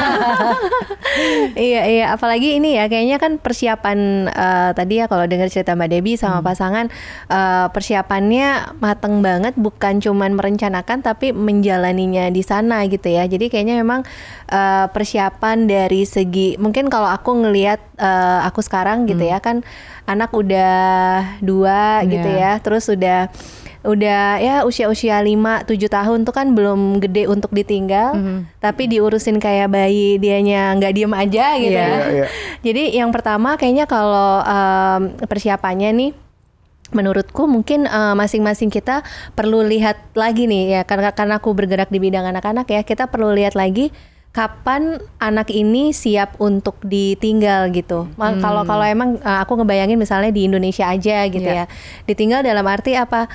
Iya iya apalagi ini ya kayaknya kan persiapan uh, tadi ya kalau dengar cerita Mbak Debbie sama hmm. pasangan uh, persiapannya mateng banget, bukan cuman merencanakan tapi menjalaninya di sana gitu ya. Jadi kayaknya memang uh, persiapan dari segi mungkin kalau aku ngelihat uh, aku sekarang gitu hmm. ya kan anak udah dua yeah. gitu ya, terus udah udah ya usia-usia lima tujuh tahun tuh kan belum gede untuk ditinggal, mm-hmm. tapi diurusin kayak bayi, dianya nggak diem aja gitu yeah. ya. Yeah, yeah. Jadi yang pertama kayaknya kalau um, persiapannya nih, menurutku mungkin uh, masing-masing kita perlu lihat lagi nih ya, karena karena aku bergerak di bidang anak-anak ya, kita perlu lihat lagi kapan anak ini siap untuk ditinggal gitu. Hmm. Kalau kalau emang uh, aku ngebayangin misalnya di Indonesia aja gitu yeah. ya. Ditinggal dalam arti apa?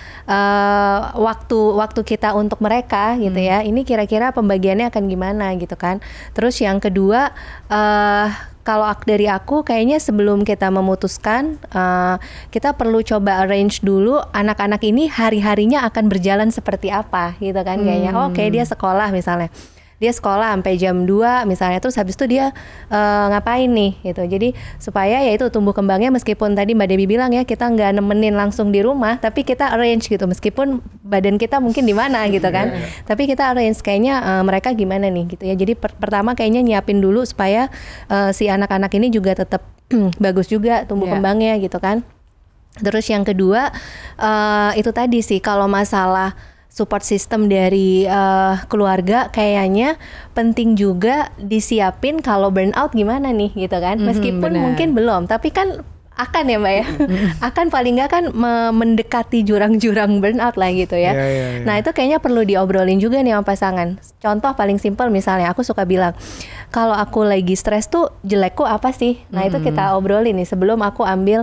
Uh, waktu waktu kita untuk mereka gitu hmm. ya. Ini kira-kira pembagiannya akan gimana gitu kan. Terus yang kedua uh, kalau dari aku kayaknya sebelum kita memutuskan uh, kita perlu coba arrange dulu anak-anak ini hari-harinya akan berjalan seperti apa gitu kan. Hmm. Kayaknya oh, oke okay, dia sekolah misalnya. Dia sekolah sampai jam dua misalnya, terus habis itu dia uh, ngapain nih gitu. Jadi supaya ya itu tumbuh kembangnya, meskipun tadi Mbak Debbie bilang ya kita nggak nemenin langsung di rumah, tapi kita arrange gitu, meskipun badan kita mungkin di mana gitu kan. Yeah, yeah. Tapi kita arrange kayaknya uh, mereka gimana nih gitu ya. Jadi per- pertama kayaknya nyiapin dulu supaya uh, si anak-anak ini juga tetap bagus juga tumbuh yeah. kembangnya gitu kan. Terus yang kedua uh, itu tadi sih kalau masalah support system dari uh, keluarga kayaknya penting juga disiapin kalau burnout gimana nih gitu kan. Meskipun mm-hmm, mungkin belum, tapi kan akan ya Mbak ya, akan paling nggak kan me- mendekati jurang-jurang burnout lah gitu ya. Yeah, yeah, yeah. Nah itu kayaknya perlu diobrolin juga nih sama pasangan. Contoh paling simpel misalnya aku suka bilang, kalau aku lagi stres tuh jelekku apa sih? Nah itu kita obrolin nih sebelum aku ambil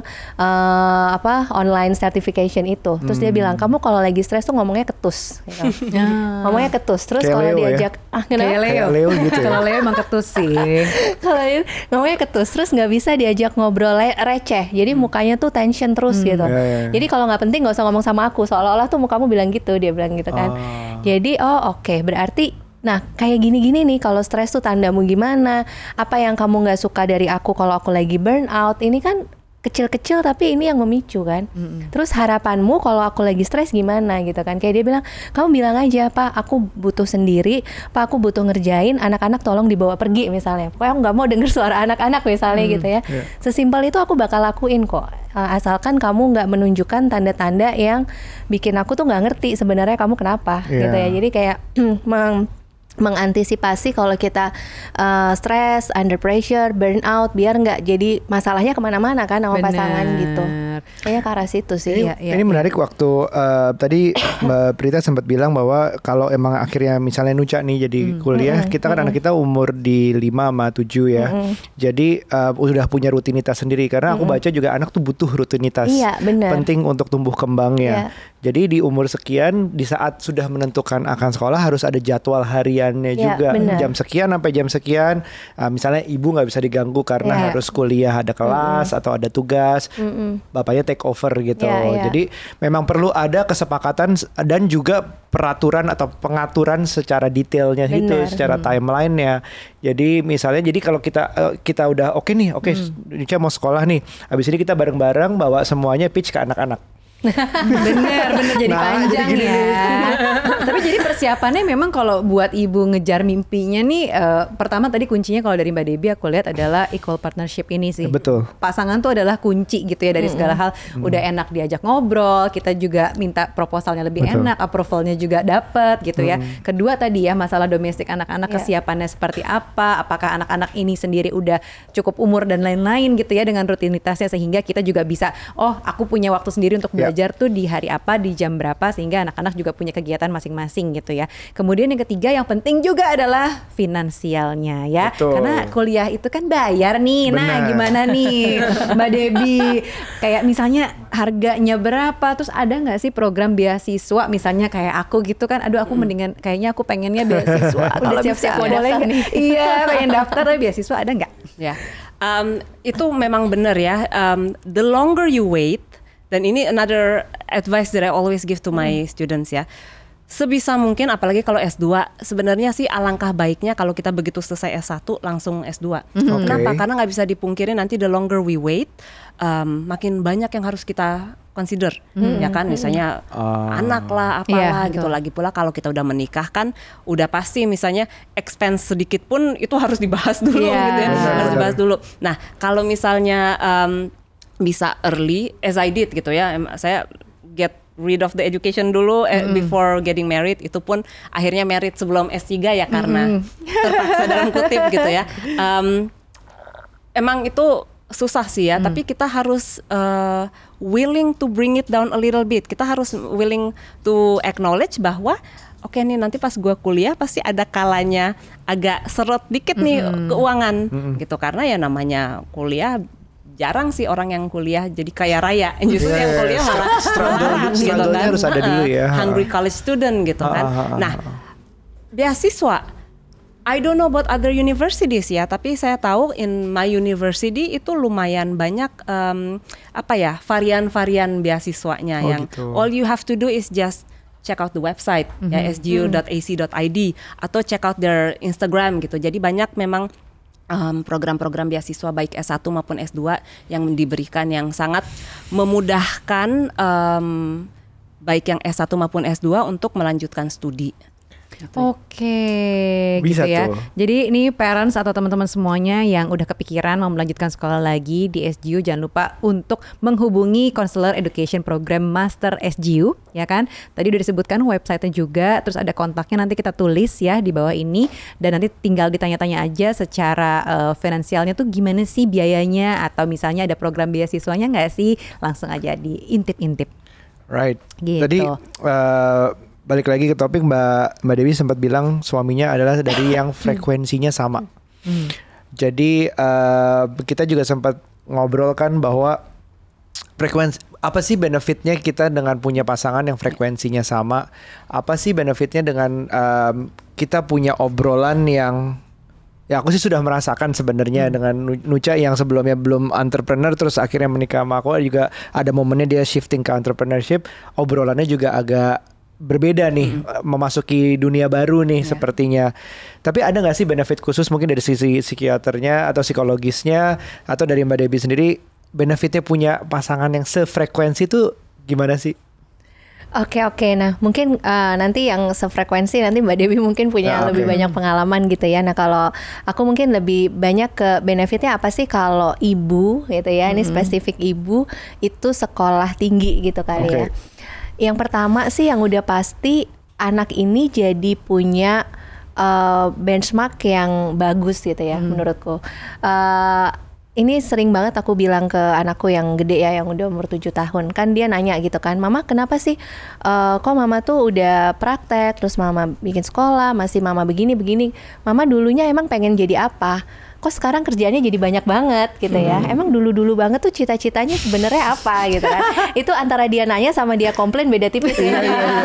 uh, apa online certification itu. Terus hmm. dia bilang, kamu kalau lagi stres tuh ngomongnya ketus. Gitu. ngomongnya ketus. Terus kalau diajak, ya? ah kenapa? Kayak Leo, Leo gitu ya? Kalau Leo emang ketus sih. Kalau ngomongnya ketus, terus nggak bisa diajak ngobrol le- receh. Jadi mukanya tuh tension terus hmm. gitu. Yeah, yeah. Jadi kalau nggak penting nggak usah ngomong sama aku. Seolah-olah tuh mukamu bilang gitu, dia bilang gitu kan. Oh. Jadi oh oke, okay. Berarti nah kayak gini-gini nih kalau stres tuh tandamu gimana? Apa yang kamu nggak suka dari aku kalau aku lagi burn out? Ini kan kecil-kecil tapi ini yang memicu kan. Mm-hmm. Terus harapanmu kalau aku lagi stres gimana gitu kan. Kayak dia bilang, kamu bilang aja Pak, aku butuh sendiri, Pak aku butuh ngerjain, anak-anak tolong dibawa pergi misalnya. Pokoknya aku gak mau denger suara anak-anak misalnya mm, gitu ya. Yeah. Sesimpel itu aku bakal lakuin kok. Asalkan kamu gak menunjukkan tanda-tanda yang bikin aku tuh gak ngerti sebenarnya kamu kenapa yeah. gitu ya. Jadi kayak meng mengantisipasi kalau kita uh, stres, under pressure, burnout, biar nggak jadi masalahnya kemana-mana kan sama Bener. pasangan gitu. Kayaknya ke arah situ sih. Ini, ya, ini ya, menarik ya. waktu uh, tadi Mbak Prita sempat bilang bahwa kalau emang akhirnya misalnya Nucha nih jadi hmm. kuliah, hmm. kita kan hmm. anak kita umur di lima sama tujuh ya. Hmm. Jadi uh, udah punya rutinitas sendiri karena hmm. aku baca juga anak tuh butuh rutinitas. Iya, benar. Penting untuk tumbuh kembangnya. Ya. Jadi di umur sekian, di saat sudah menentukan akan sekolah harus ada jadwal hariannya ya, juga. Bener. Jam sekian sampai jam sekian. Uh, misalnya ibu nggak bisa diganggu karena ya. harus kuliah, ada kelas mm-hmm. atau ada tugas. Mm-hmm. Bapaknya take over gitu. Ya, ya. Jadi memang perlu ada kesepakatan dan juga peraturan atau pengaturan secara detailnya gitu, secara hmm. timeline-nya. Jadi misalnya, jadi kalau kita uh, kita udah oke okay nih, oke, okay, hmm. Nucha mau sekolah nih. Habis ini kita bareng-bareng bawa semuanya pitch ke anak-anak. Bener bener jadi nah, panjang jadi ya. Tapi jadi persiapannya memang kalau buat ibu ngejar mimpinya nih, uh, pertama tadi kuncinya kalau dari Mbak Debbie aku lihat adalah equal partnership ini sih. Betul. Pasangan tuh adalah kunci gitu ya dari mm-hmm. segala hal. Mm. Udah enak diajak ngobrol, kita juga minta proposalnya lebih Betul. enak, approvalnya juga dapet gitu mm. ya. Kedua tadi ya masalah domestik anak-anak yeah. kesiapannya seperti apa, apakah anak-anak ini sendiri udah cukup umur dan lain-lain gitu ya dengan rutinitasnya sehingga kita juga bisa, oh aku punya waktu sendiri untuk belajar. Yeah. Belajar tuh di hari apa, di jam berapa sehingga anak-anak juga punya kegiatan masing-masing gitu ya. Kemudian yang ketiga yang penting juga adalah finansialnya ya. Betul. Karena kuliah itu kan bayar nih. Benar. Nah, gimana nih Mbak Debbie? Kayak misalnya harganya berapa? Terus ada nggak sih program beasiswa misalnya kayak aku gitu kan? Aduh aku mendingan kayaknya aku pengennya beasiswa. Kalau siap-siap mau daftar nih. Iya, pengen daftar tapi beasiswa ada nggak? Ya. Um, itu memang benar ya. Um, the longer you wait. Dan ini another advice that I always give to my hmm. students ya. Sebisa mungkin apalagi kalau S dua, sebenarnya sih alangkah baiknya kalau kita begitu selesai S satu langsung S dua. Mm-hmm. Okay. Kenapa? Karena nggak bisa dipungkiri nanti the longer we wait, um, makin banyak yang harus kita consider. Mm-hmm. Ya kan, misalnya uh, anak lah, apalah yeah, gitu. Betul. Lagi pula kalau kita udah menikah kan, udah pasti misalnya expense sedikit pun itu harus dibahas dulu yeah. gitu ya. Benar, harus benar. dibahas dulu. Nah, kalau misalnya um, bisa early as I did gitu ya. Saya get rid of the education dulu mm-hmm. before getting married. Itu pun akhirnya married sebelum S tiga ya karena mm-hmm. terpaksa dalam kutip gitu ya. Um, emang itu susah sih ya, mm. tapi kita harus uh, willing to bring it down a little bit. Kita harus willing to acknowledge bahwa oke nih nanti pas gue kuliah pasti ada kalanya agak seret dikit nih mm-hmm. keuangan mm-hmm. gitu. Karena ya namanya kuliah jarang sih orang yang kuliah jadi kaya raya. Justru yeah, yang kuliah malah struggle gitu kan. Harus ada dulu ya. Hungry college student gitu kan. Nah, beasiswa. I don't know about other universities ya, tapi saya tahu in my university itu lumayan banyak um, apa ya varian-varian beasiswanya oh, yang gitu. All you have to do is just check out the website mm-hmm. ya s g u dot a c dot i d atau check out their Instagram gitu. Jadi banyak memang Um, program-program beasiswa baik S satu maupun S dua yang diberikan yang sangat memudahkan um, baik yang S satu maupun S dua untuk melanjutkan studi. Gitu. Oke, bisa gitu ya. Tuh. Jadi ini parents atau teman-teman semuanya yang udah kepikiran mau melanjutkan sekolah lagi di S G U, jangan lupa untuk menghubungi Counselor Education Program Master S G U, ya kan? Tadi udah disebutkan website-nya juga, terus ada kontaknya nanti kita tulis ya di bawah ini, dan nanti tinggal ditanya-tanya aja secara uh, finansialnya tuh gimana sih biayanya, atau misalnya ada program beasiswanya nggak sih, langsung aja diintip-intip. Right. Gitu. Tadi uh, balik lagi ke topik, Mbak Mbak Dewi sempat bilang suaminya adalah dari yang frekuensinya sama. Hmm. Jadi uh, kita juga sempat ngobrol kan bahwa frekuensi apa sih benefitnya kita dengan punya pasangan yang frekuensinya sama? Apa sih benefitnya dengan um, kita punya obrolan yang ya aku sih sudah merasakan sebenarnya hmm. dengan Nucha yang sebelumnya belum entrepreneur terus akhirnya menikah sama aku, juga ada momennya dia shifting ke entrepreneurship, obrolannya juga agak berbeda nih, mm-hmm. memasuki dunia baru nih yeah. sepertinya. Tapi ada nggak sih benefit khusus mungkin dari sisi psikiaternya atau psikologisnya atau dari Mbak Debbie sendiri benefitnya punya pasangan yang sefrekuensi tuh gimana sih? Oke oke, nah mungkin uh, nanti yang sefrekuensi nanti Mbak Dewi mungkin punya Ah, lebih oke. banyak pengalaman gitu ya. Nah kalau aku mungkin lebih banyak ke benefitnya apa sih kalau ibu gitu ya, ini spesifik ibu itu sekolah tinggi gitu kali Oke. ya. Yang pertama sih yang udah pasti anak ini jadi punya uh, benchmark yang bagus gitu ya menurutku. Uh, Ini sering banget aku bilang ke anakku yang gede ya, yang udah umur tujuh tahun. Kan dia nanya gitu kan, Mama kenapa sih uh, kok Mama tuh udah praktek, terus Mama bikin sekolah, masih Mama begini-begini. Mama dulunya emang pengen jadi apa? Kok sekarang kerjaannya jadi banyak banget gitu ya. Emang dulu-dulu banget tuh cita-citanya sebenarnya apa gitu kan. Itu antara dia nanya sama dia komplain beda tipis ya.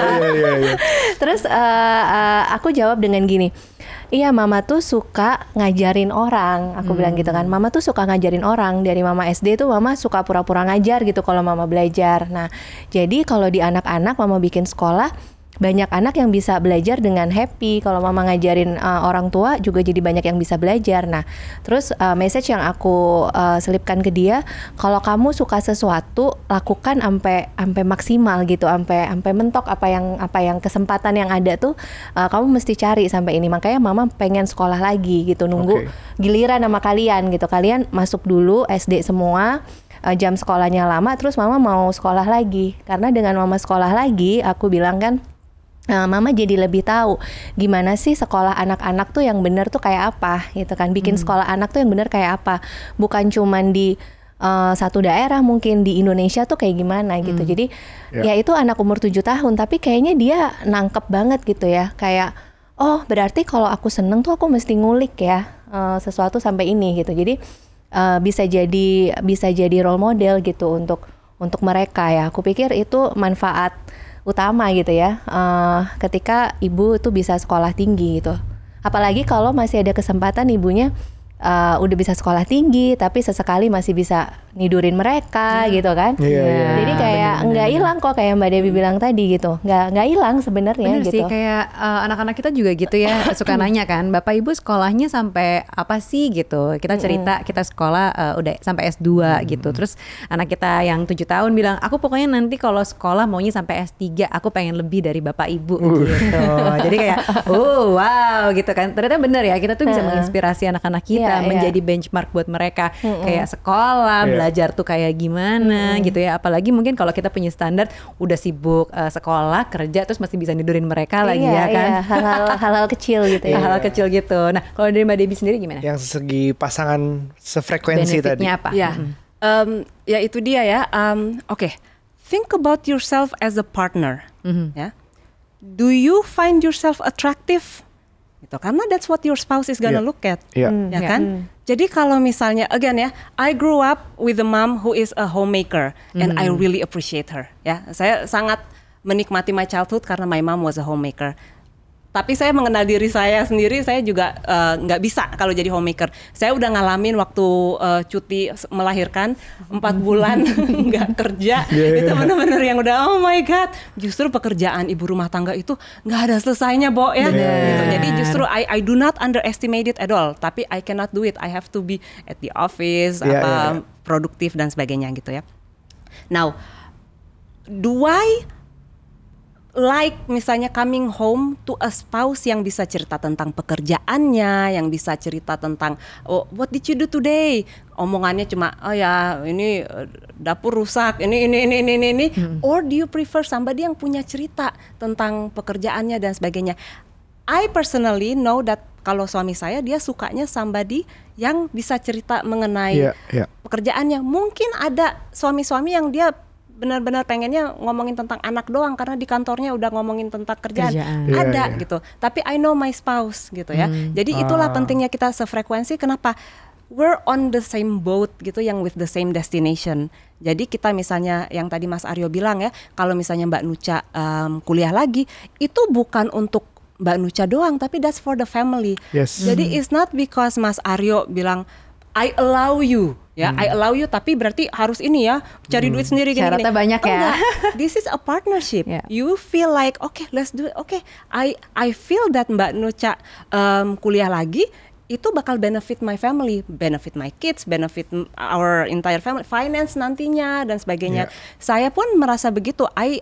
Terus uh, uh, aku jawab dengan gini, iya mama tuh suka ngajarin orang. Aku bilang gitu kan, mama tuh suka ngajarin orang. Dari mama S D tuh mama suka pura-pura ngajar gitu kalau mama belajar. Nah jadi kalau di anak-anak mama bikin sekolah, banyak anak yang bisa belajar dengan happy. Kalau mama ngajarin uh, orang tua juga jadi banyak yang bisa belajar. Nah, terus uh, message yang aku uh, selipkan ke dia, kalau kamu suka sesuatu, lakukan sampai sampai maksimal gitu, sampai sampai mentok apa yang apa yang kesempatan yang ada tuh uh, kamu mesti cari sampai ini. Makanya mama pengen sekolah lagi gitu, nunggu Oke. giliran sama kalian gitu. Kalian masuk dulu S D semua. Uh, jam sekolahnya lama, terus mama mau sekolah lagi. Karena dengan mama sekolah lagi, aku bilang kan, Nah, mama jadi lebih tahu gimana sih sekolah anak-anak tuh yang benar tuh kayak apa gitu kan. Bikin hmm. sekolah anak tuh yang benar kayak apa. Bukan cuman di uh, satu daerah, mungkin di Indonesia tuh kayak gimana gitu. Hmm. Jadi Ya. ya itu anak umur tujuh tahun, tapi kayaknya dia nangkep banget gitu ya. Kayak oh berarti kalau aku seneng tuh aku mesti ngulik ya uh, sesuatu sampai ini gitu. Jadi uh, bisa jadi bisa jadi role model gitu untuk untuk mereka ya. Aku pikir itu manfaat utama gitu ya, uh, ketika ibu tuh bisa sekolah tinggi gitu. Apalagi kalau masih ada kesempatan ibunya uh, udah bisa sekolah tinggi, tapi sesekali masih bisa nidurin mereka gitu kan. Iya, iya. Jadi kayak nggak hilang kok, kayak Mbak Dewi bilang tadi gitu, nggak nggak hilang sebenarnya Bener gitu. sih, kayak uh, anak-anak kita juga gitu ya, suka nanya kan, Bapak Ibu sekolahnya sampai apa sih gitu. Kita cerita kita sekolah uh, udah sampai S dua gitu. Terus anak kita yang tujuh tahun bilang, aku pokoknya nanti kalau sekolah maunya sampai S tiga, aku pengen lebih dari Bapak Ibu gitu. Jadi kayak, oh wow gitu kan. Ternyata bener ya, kita tuh bisa menginspirasi anak-anak kita, Iya, iya. menjadi benchmark buat mereka. Kayak sekolah, Iya. belajar tuh kayak gimana gitu ya. Apalagi mungkin kalau kita punya standar udah sibuk uh, sekolah, kerja, terus masih bisa nidurin mereka lagi Iya, ya kan. iya, hal-hal hal-hal kecil gitu ya. Hal-hal kecil gitu. Nah, kalau dari Mbak Debbie sendiri gimana? Yang segi pasangan sefrekuensi tadi. Benefitnya apa? Ya, um, ya itu dia ya. Um, Oke, think about yourself as a partner. Ya, do you find yourself attractive? Gitu, karena that's what your spouse is gonna Iya. look at. Iya. Hmm. Ya kan? Jadi kalau misalnya, again ya, I grew up with a mom who is a homemaker and I really appreciate her. Ya, saya sangat menikmati my childhood karena my mom was a homemaker. Tapi saya mengenal diri saya sendiri, saya juga uh, nggak bisa kalau jadi homemaker. Saya udah ngalamin waktu uh, cuti melahirkan empat bulan nggak kerja, Yeah. itu benar-benar yang udah oh my god. Justru pekerjaan ibu rumah tangga itu nggak ada selesainya, Bo ya. Benar. Gitu. Jadi justru I I do not underestimate it at all. Tapi I cannot do it. I have to be at the office, Yeah, apa yeah, yeah. produktif dan sebagainya gitu ya. Now, do I like misalnya coming home to a spouse yang bisa cerita tentang pekerjaannya, yang bisa cerita tentang oh, what did you do today? Omongannya cuma oh ya ini eh, dapur rusak, ini ini ini ini ini, ini. Or do you prefer somebody yang punya cerita tentang pekerjaannya dan sebagainya? I personally know that kalau suami saya dia sukanya somebody yang bisa cerita mengenai Iya, iya. pekerjaannya. Mungkin ada suami-suami yang dia benar-benar pengennya ngomongin tentang anak doang karena di kantornya udah ngomongin tentang kerjaan, Kerjaan. Iya, ada iya. gitu. Tapi I know my spouse gitu ya. Jadi itulah Ah. pentingnya kita sefrekuensi. Kenapa? We're on the same boat gitu, yang with the same destination. Jadi kita misalnya yang tadi Mas Aryo bilang ya, kalau misalnya Mbak Nucha um, kuliah lagi, itu bukan untuk Mbak Nucha doang, tapi that's for the family. Yes. Jadi it's not because Mas Aryo bilang I allow you, ya, I allow you, tapi berarti harus ini ya, cari duit sendiri gini-gini. Syaratnya banyak ya. Enggak, this is a partnership. Yeah. You feel like, okay, let's do it. Okay, I I feel that Mbak Nucha um, kuliah lagi, itu bakal benefit my family, benefit my kids, benefit our entire family, finance nantinya dan sebagainya. Yeah. Saya pun merasa begitu. I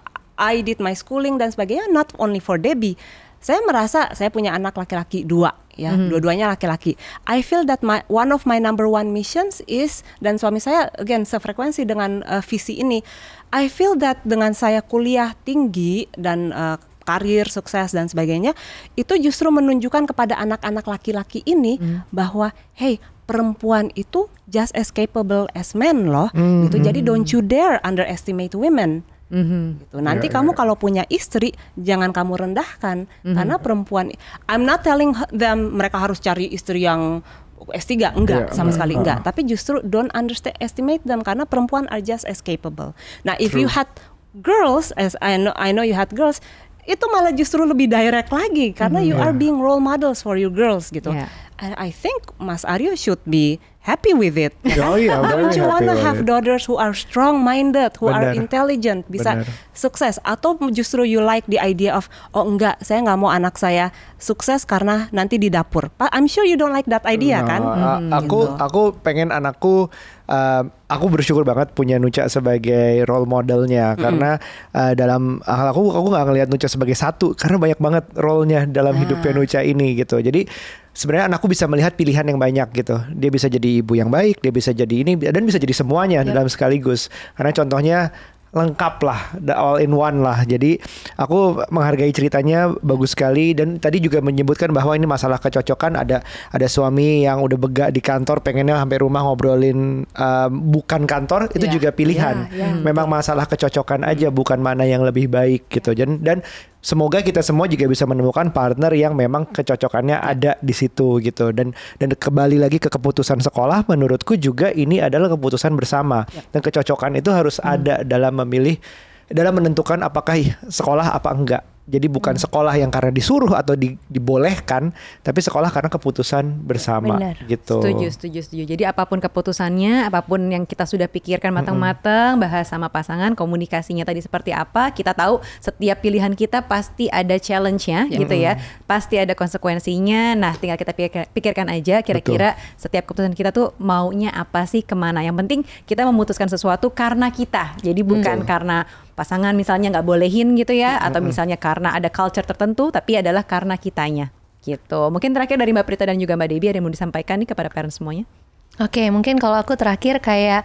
I did my schooling dan sebagainya not only for Debbie. Saya merasa saya punya anak laki-laki dua, ya, mm-hmm. dua-duanya laki-laki. I feel that my one of my number one missions is, dan suami saya again sefrekuensi dengan uh, visi ini. I feel that dengan saya kuliah tinggi dan uh, karir, sukses dan sebagainya, itu justru menunjukkan kepada anak-anak laki-laki ini mm. bahwa hey, perempuan itu just as capable as men loh. Mm-hmm. Gitu. Jadi don't you dare underestimate women. Mm-hmm. Gitu. Nanti yeah, kamu yeah. kalau punya istri jangan kamu rendahkan, mm-hmm. karena perempuan. I'm not telling them mereka harus cari istri yang S tiga, enggak, yeah, sama sekali uh, enggak. Tapi justru don't underestimate them karena perempuan are just as capable. Nah, if True. you had girls, as I know, I know you had girls, itu malah justru lebih direct lagi karena mm-hmm. you yeah. are being role models for your girls gitu. Yeah. And I think Mas Aryo should be happy with it. Oh iya, don't you wanna have daughters who are strong-minded, who Benar. are intelligent, bisa Benar. sukses? Atau justru you like the idea of, oh enggak, saya nggak mau anak saya sukses karena nanti di dapur. I'm sure you don't like that idea, nah, kan? Hmm, aku gitu. aku pengen anakku. Uh, aku bersyukur banget punya Nucha sebagai role modelnya mm-hmm. karena uh, dalam hal aku aku nggak ngelihat Nucha sebagai satu karena banyak banget role-nya dalam ah. hidupnya Nucha ini gitu. Jadi sebenarnya anakku bisa melihat pilihan yang banyak gitu. Dia bisa jadi ibu yang baik, dia bisa jadi ini dan bisa jadi semuanya yep. dalam sekaligus. Karena contohnya lengkap lah, all in one lah. Jadi aku menghargai ceritanya, bagus sekali. Dan tadi juga menyebutkan bahwa ini masalah kecocokan. Ada ada suami yang udah begak di kantor, pengennya sampai rumah ngobrolin uh, bukan kantor, itu yeah. juga pilihan. Yeah, yeah. Memang masalah kecocokan aja, bukan mana yang lebih baik gitu. Dan dan semoga kita semua juga bisa menemukan partner yang memang kecocokannya ada di situ gitu. Dan dan kembali lagi ke keputusan sekolah, menurutku juga ini adalah keputusan bersama. Dan kecocokan itu harus hmm. ada dalam memilih, dalam menentukan apakah sekolah apa enggak. Jadi bukan hmm. sekolah yang karena disuruh atau di, dibolehkan, tapi sekolah karena keputusan bersama. Benar. Gitu. Setuju, setuju, setuju. Jadi apapun keputusannya, apapun yang kita sudah pikirkan matang-matang, mm-hmm. bahas sama pasangan, komunikasinya tadi seperti apa, kita tahu setiap pilihan kita pasti ada challenge-nya, yeah. gitu ya. Pasti ada konsekuensinya. Nah, tinggal kita pikir, pikirkan aja kira-kira Betul. setiap keputusan kita tuh maunya apa sih, kemana. Yang penting kita memutuskan sesuatu karena kita. Jadi bukan mm. karena pasangan misalnya nggak bolehin gitu ya, mm-hmm. atau misalnya karena ada culture tertentu, tapi adalah karena kitanya gitu. Mungkin terakhir dari Mbak Prita dan juga Mbak Debbie ada yang mau disampaikan nih kepada parents semuanya? Oke, okay, mungkin kalau aku terakhir kayak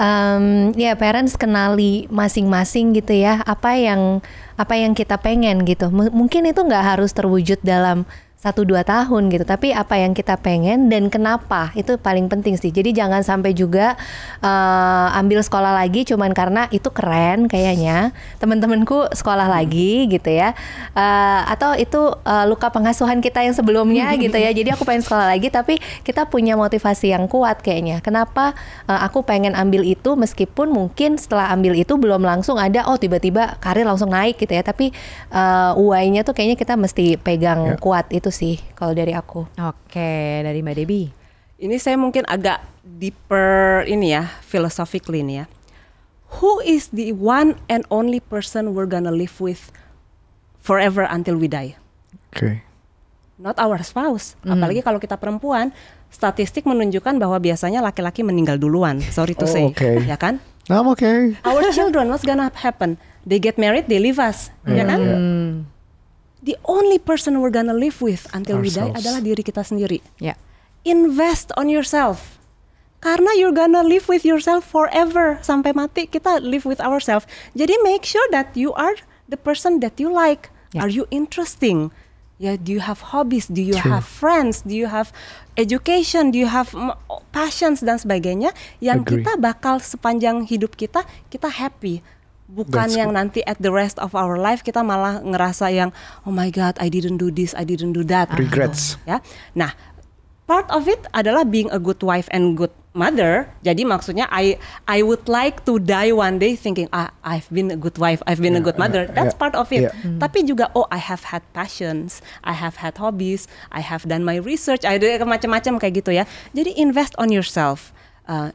um, ya parents kenali masing-masing gitu ya, apa yang apa yang kita pengen gitu. M- mungkin itu nggak harus terwujud dalam satu dua tahun gitu, tapi apa yang kita pengen dan kenapa itu paling penting sih. Jadi jangan sampai juga uh, ambil sekolah lagi cuman karena itu keren kayaknya teman-temanku sekolah lagi gitu ya, uh, atau itu uh, luka pengasuhan kita yang sebelumnya gitu ya. Jadi aku pengen sekolah lagi, tapi kita punya motivasi yang kuat kayaknya. Kenapa uh, aku pengen ambil itu meskipun mungkin setelah ambil itu belum langsung ada oh tiba-tiba karir langsung naik gitu ya, tapi uh, why-nya tuh kayaknya kita mesti pegang yeah. kuat itu sih kalau dari aku. Oke, dari Mbak Debbie. Ini saya mungkin agak deeper ini ya, philosophically ini ya. Who is the one and only person we're gonna live with forever until we die? Oke. Okay. Not our spouse. Hmm. Apalagi kalau kita perempuan, statistik menunjukkan bahwa biasanya laki-laki meninggal duluan. Sorry to oh, say, okay. ya kan? I'm okay. Our children, what's gonna happen? They get married, they leave us, yeah, ya kan? Yeah. The only person we're gonna live with until Ourselves. we die adalah diri kita sendiri. Yeah. Invest on yourself. Karena you're gonna live with yourself forever. Sampai mati kita live with ourselves. Jadi make sure that you are the person that you like. Yeah. Are you interesting? Yeah, do you have hobbies? Do you True. have friends? Do you have education? Do you have passions dan sebagainya yang Agree. kita bakal sepanjang hidup kita kita happy. Bukan That's yang good. nanti at the rest of our life kita malah ngerasa yang oh my god I didn't do this, I didn't do that. Regrets. Ya. Nah, part of it adalah being a good wife and good mother. Jadi maksudnya I I would like to die one day thinking ah I've been a good wife, I've been yeah, a good mother. That's yeah, part of it. Yeah. Hmm. Tapi juga oh I have had passions, I have had hobbies, I have done my research, ada macam-macam kayak gitu ya. Jadi invest on yourself. Uh,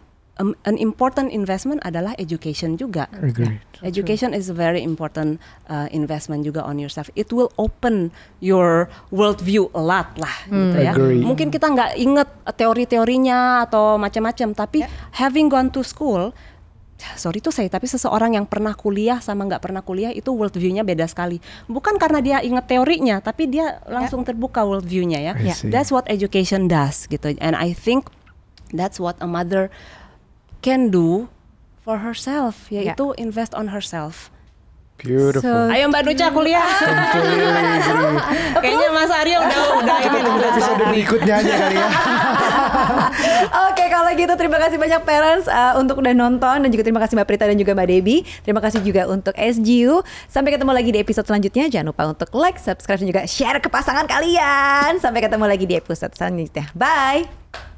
um, an important investment adalah education juga. Agree. Education is a very important uh, investment juga on yourself. It will open your worldview a lot lah, gitu ya. Agree. Mungkin kita nggak inget teori-teorinya atau macam-macam, tapi Yeah. having gone to school, sorry tuh saya, tapi seseorang yang pernah kuliah sama nggak pernah kuliah itu worldview-nya beda sekali. Bukan karena dia inget teorinya, tapi dia langsung terbuka worldview-nya ya. I see. That's what education does, gitu. And I think that's what a mother can do for herself, yaitu invest on herself. Beautiful. So- Ayo Mbak Nucha kuliah. Kayaknya Mas Arya udah udah ini udah Episode berikutnya aja kali ya. Oke, kalau gitu terima kasih banyak parents uh, untuk udah nonton, dan juga terima kasih Mbak Prita dan juga Mbak Debbie. Terima kasih juga untuk S G U. Sampai ketemu lagi di episode selanjutnya. Jangan lupa untuk like, subscribe dan juga share ke pasangan kalian. Sampai ketemu lagi di episode selanjutnya. Bye.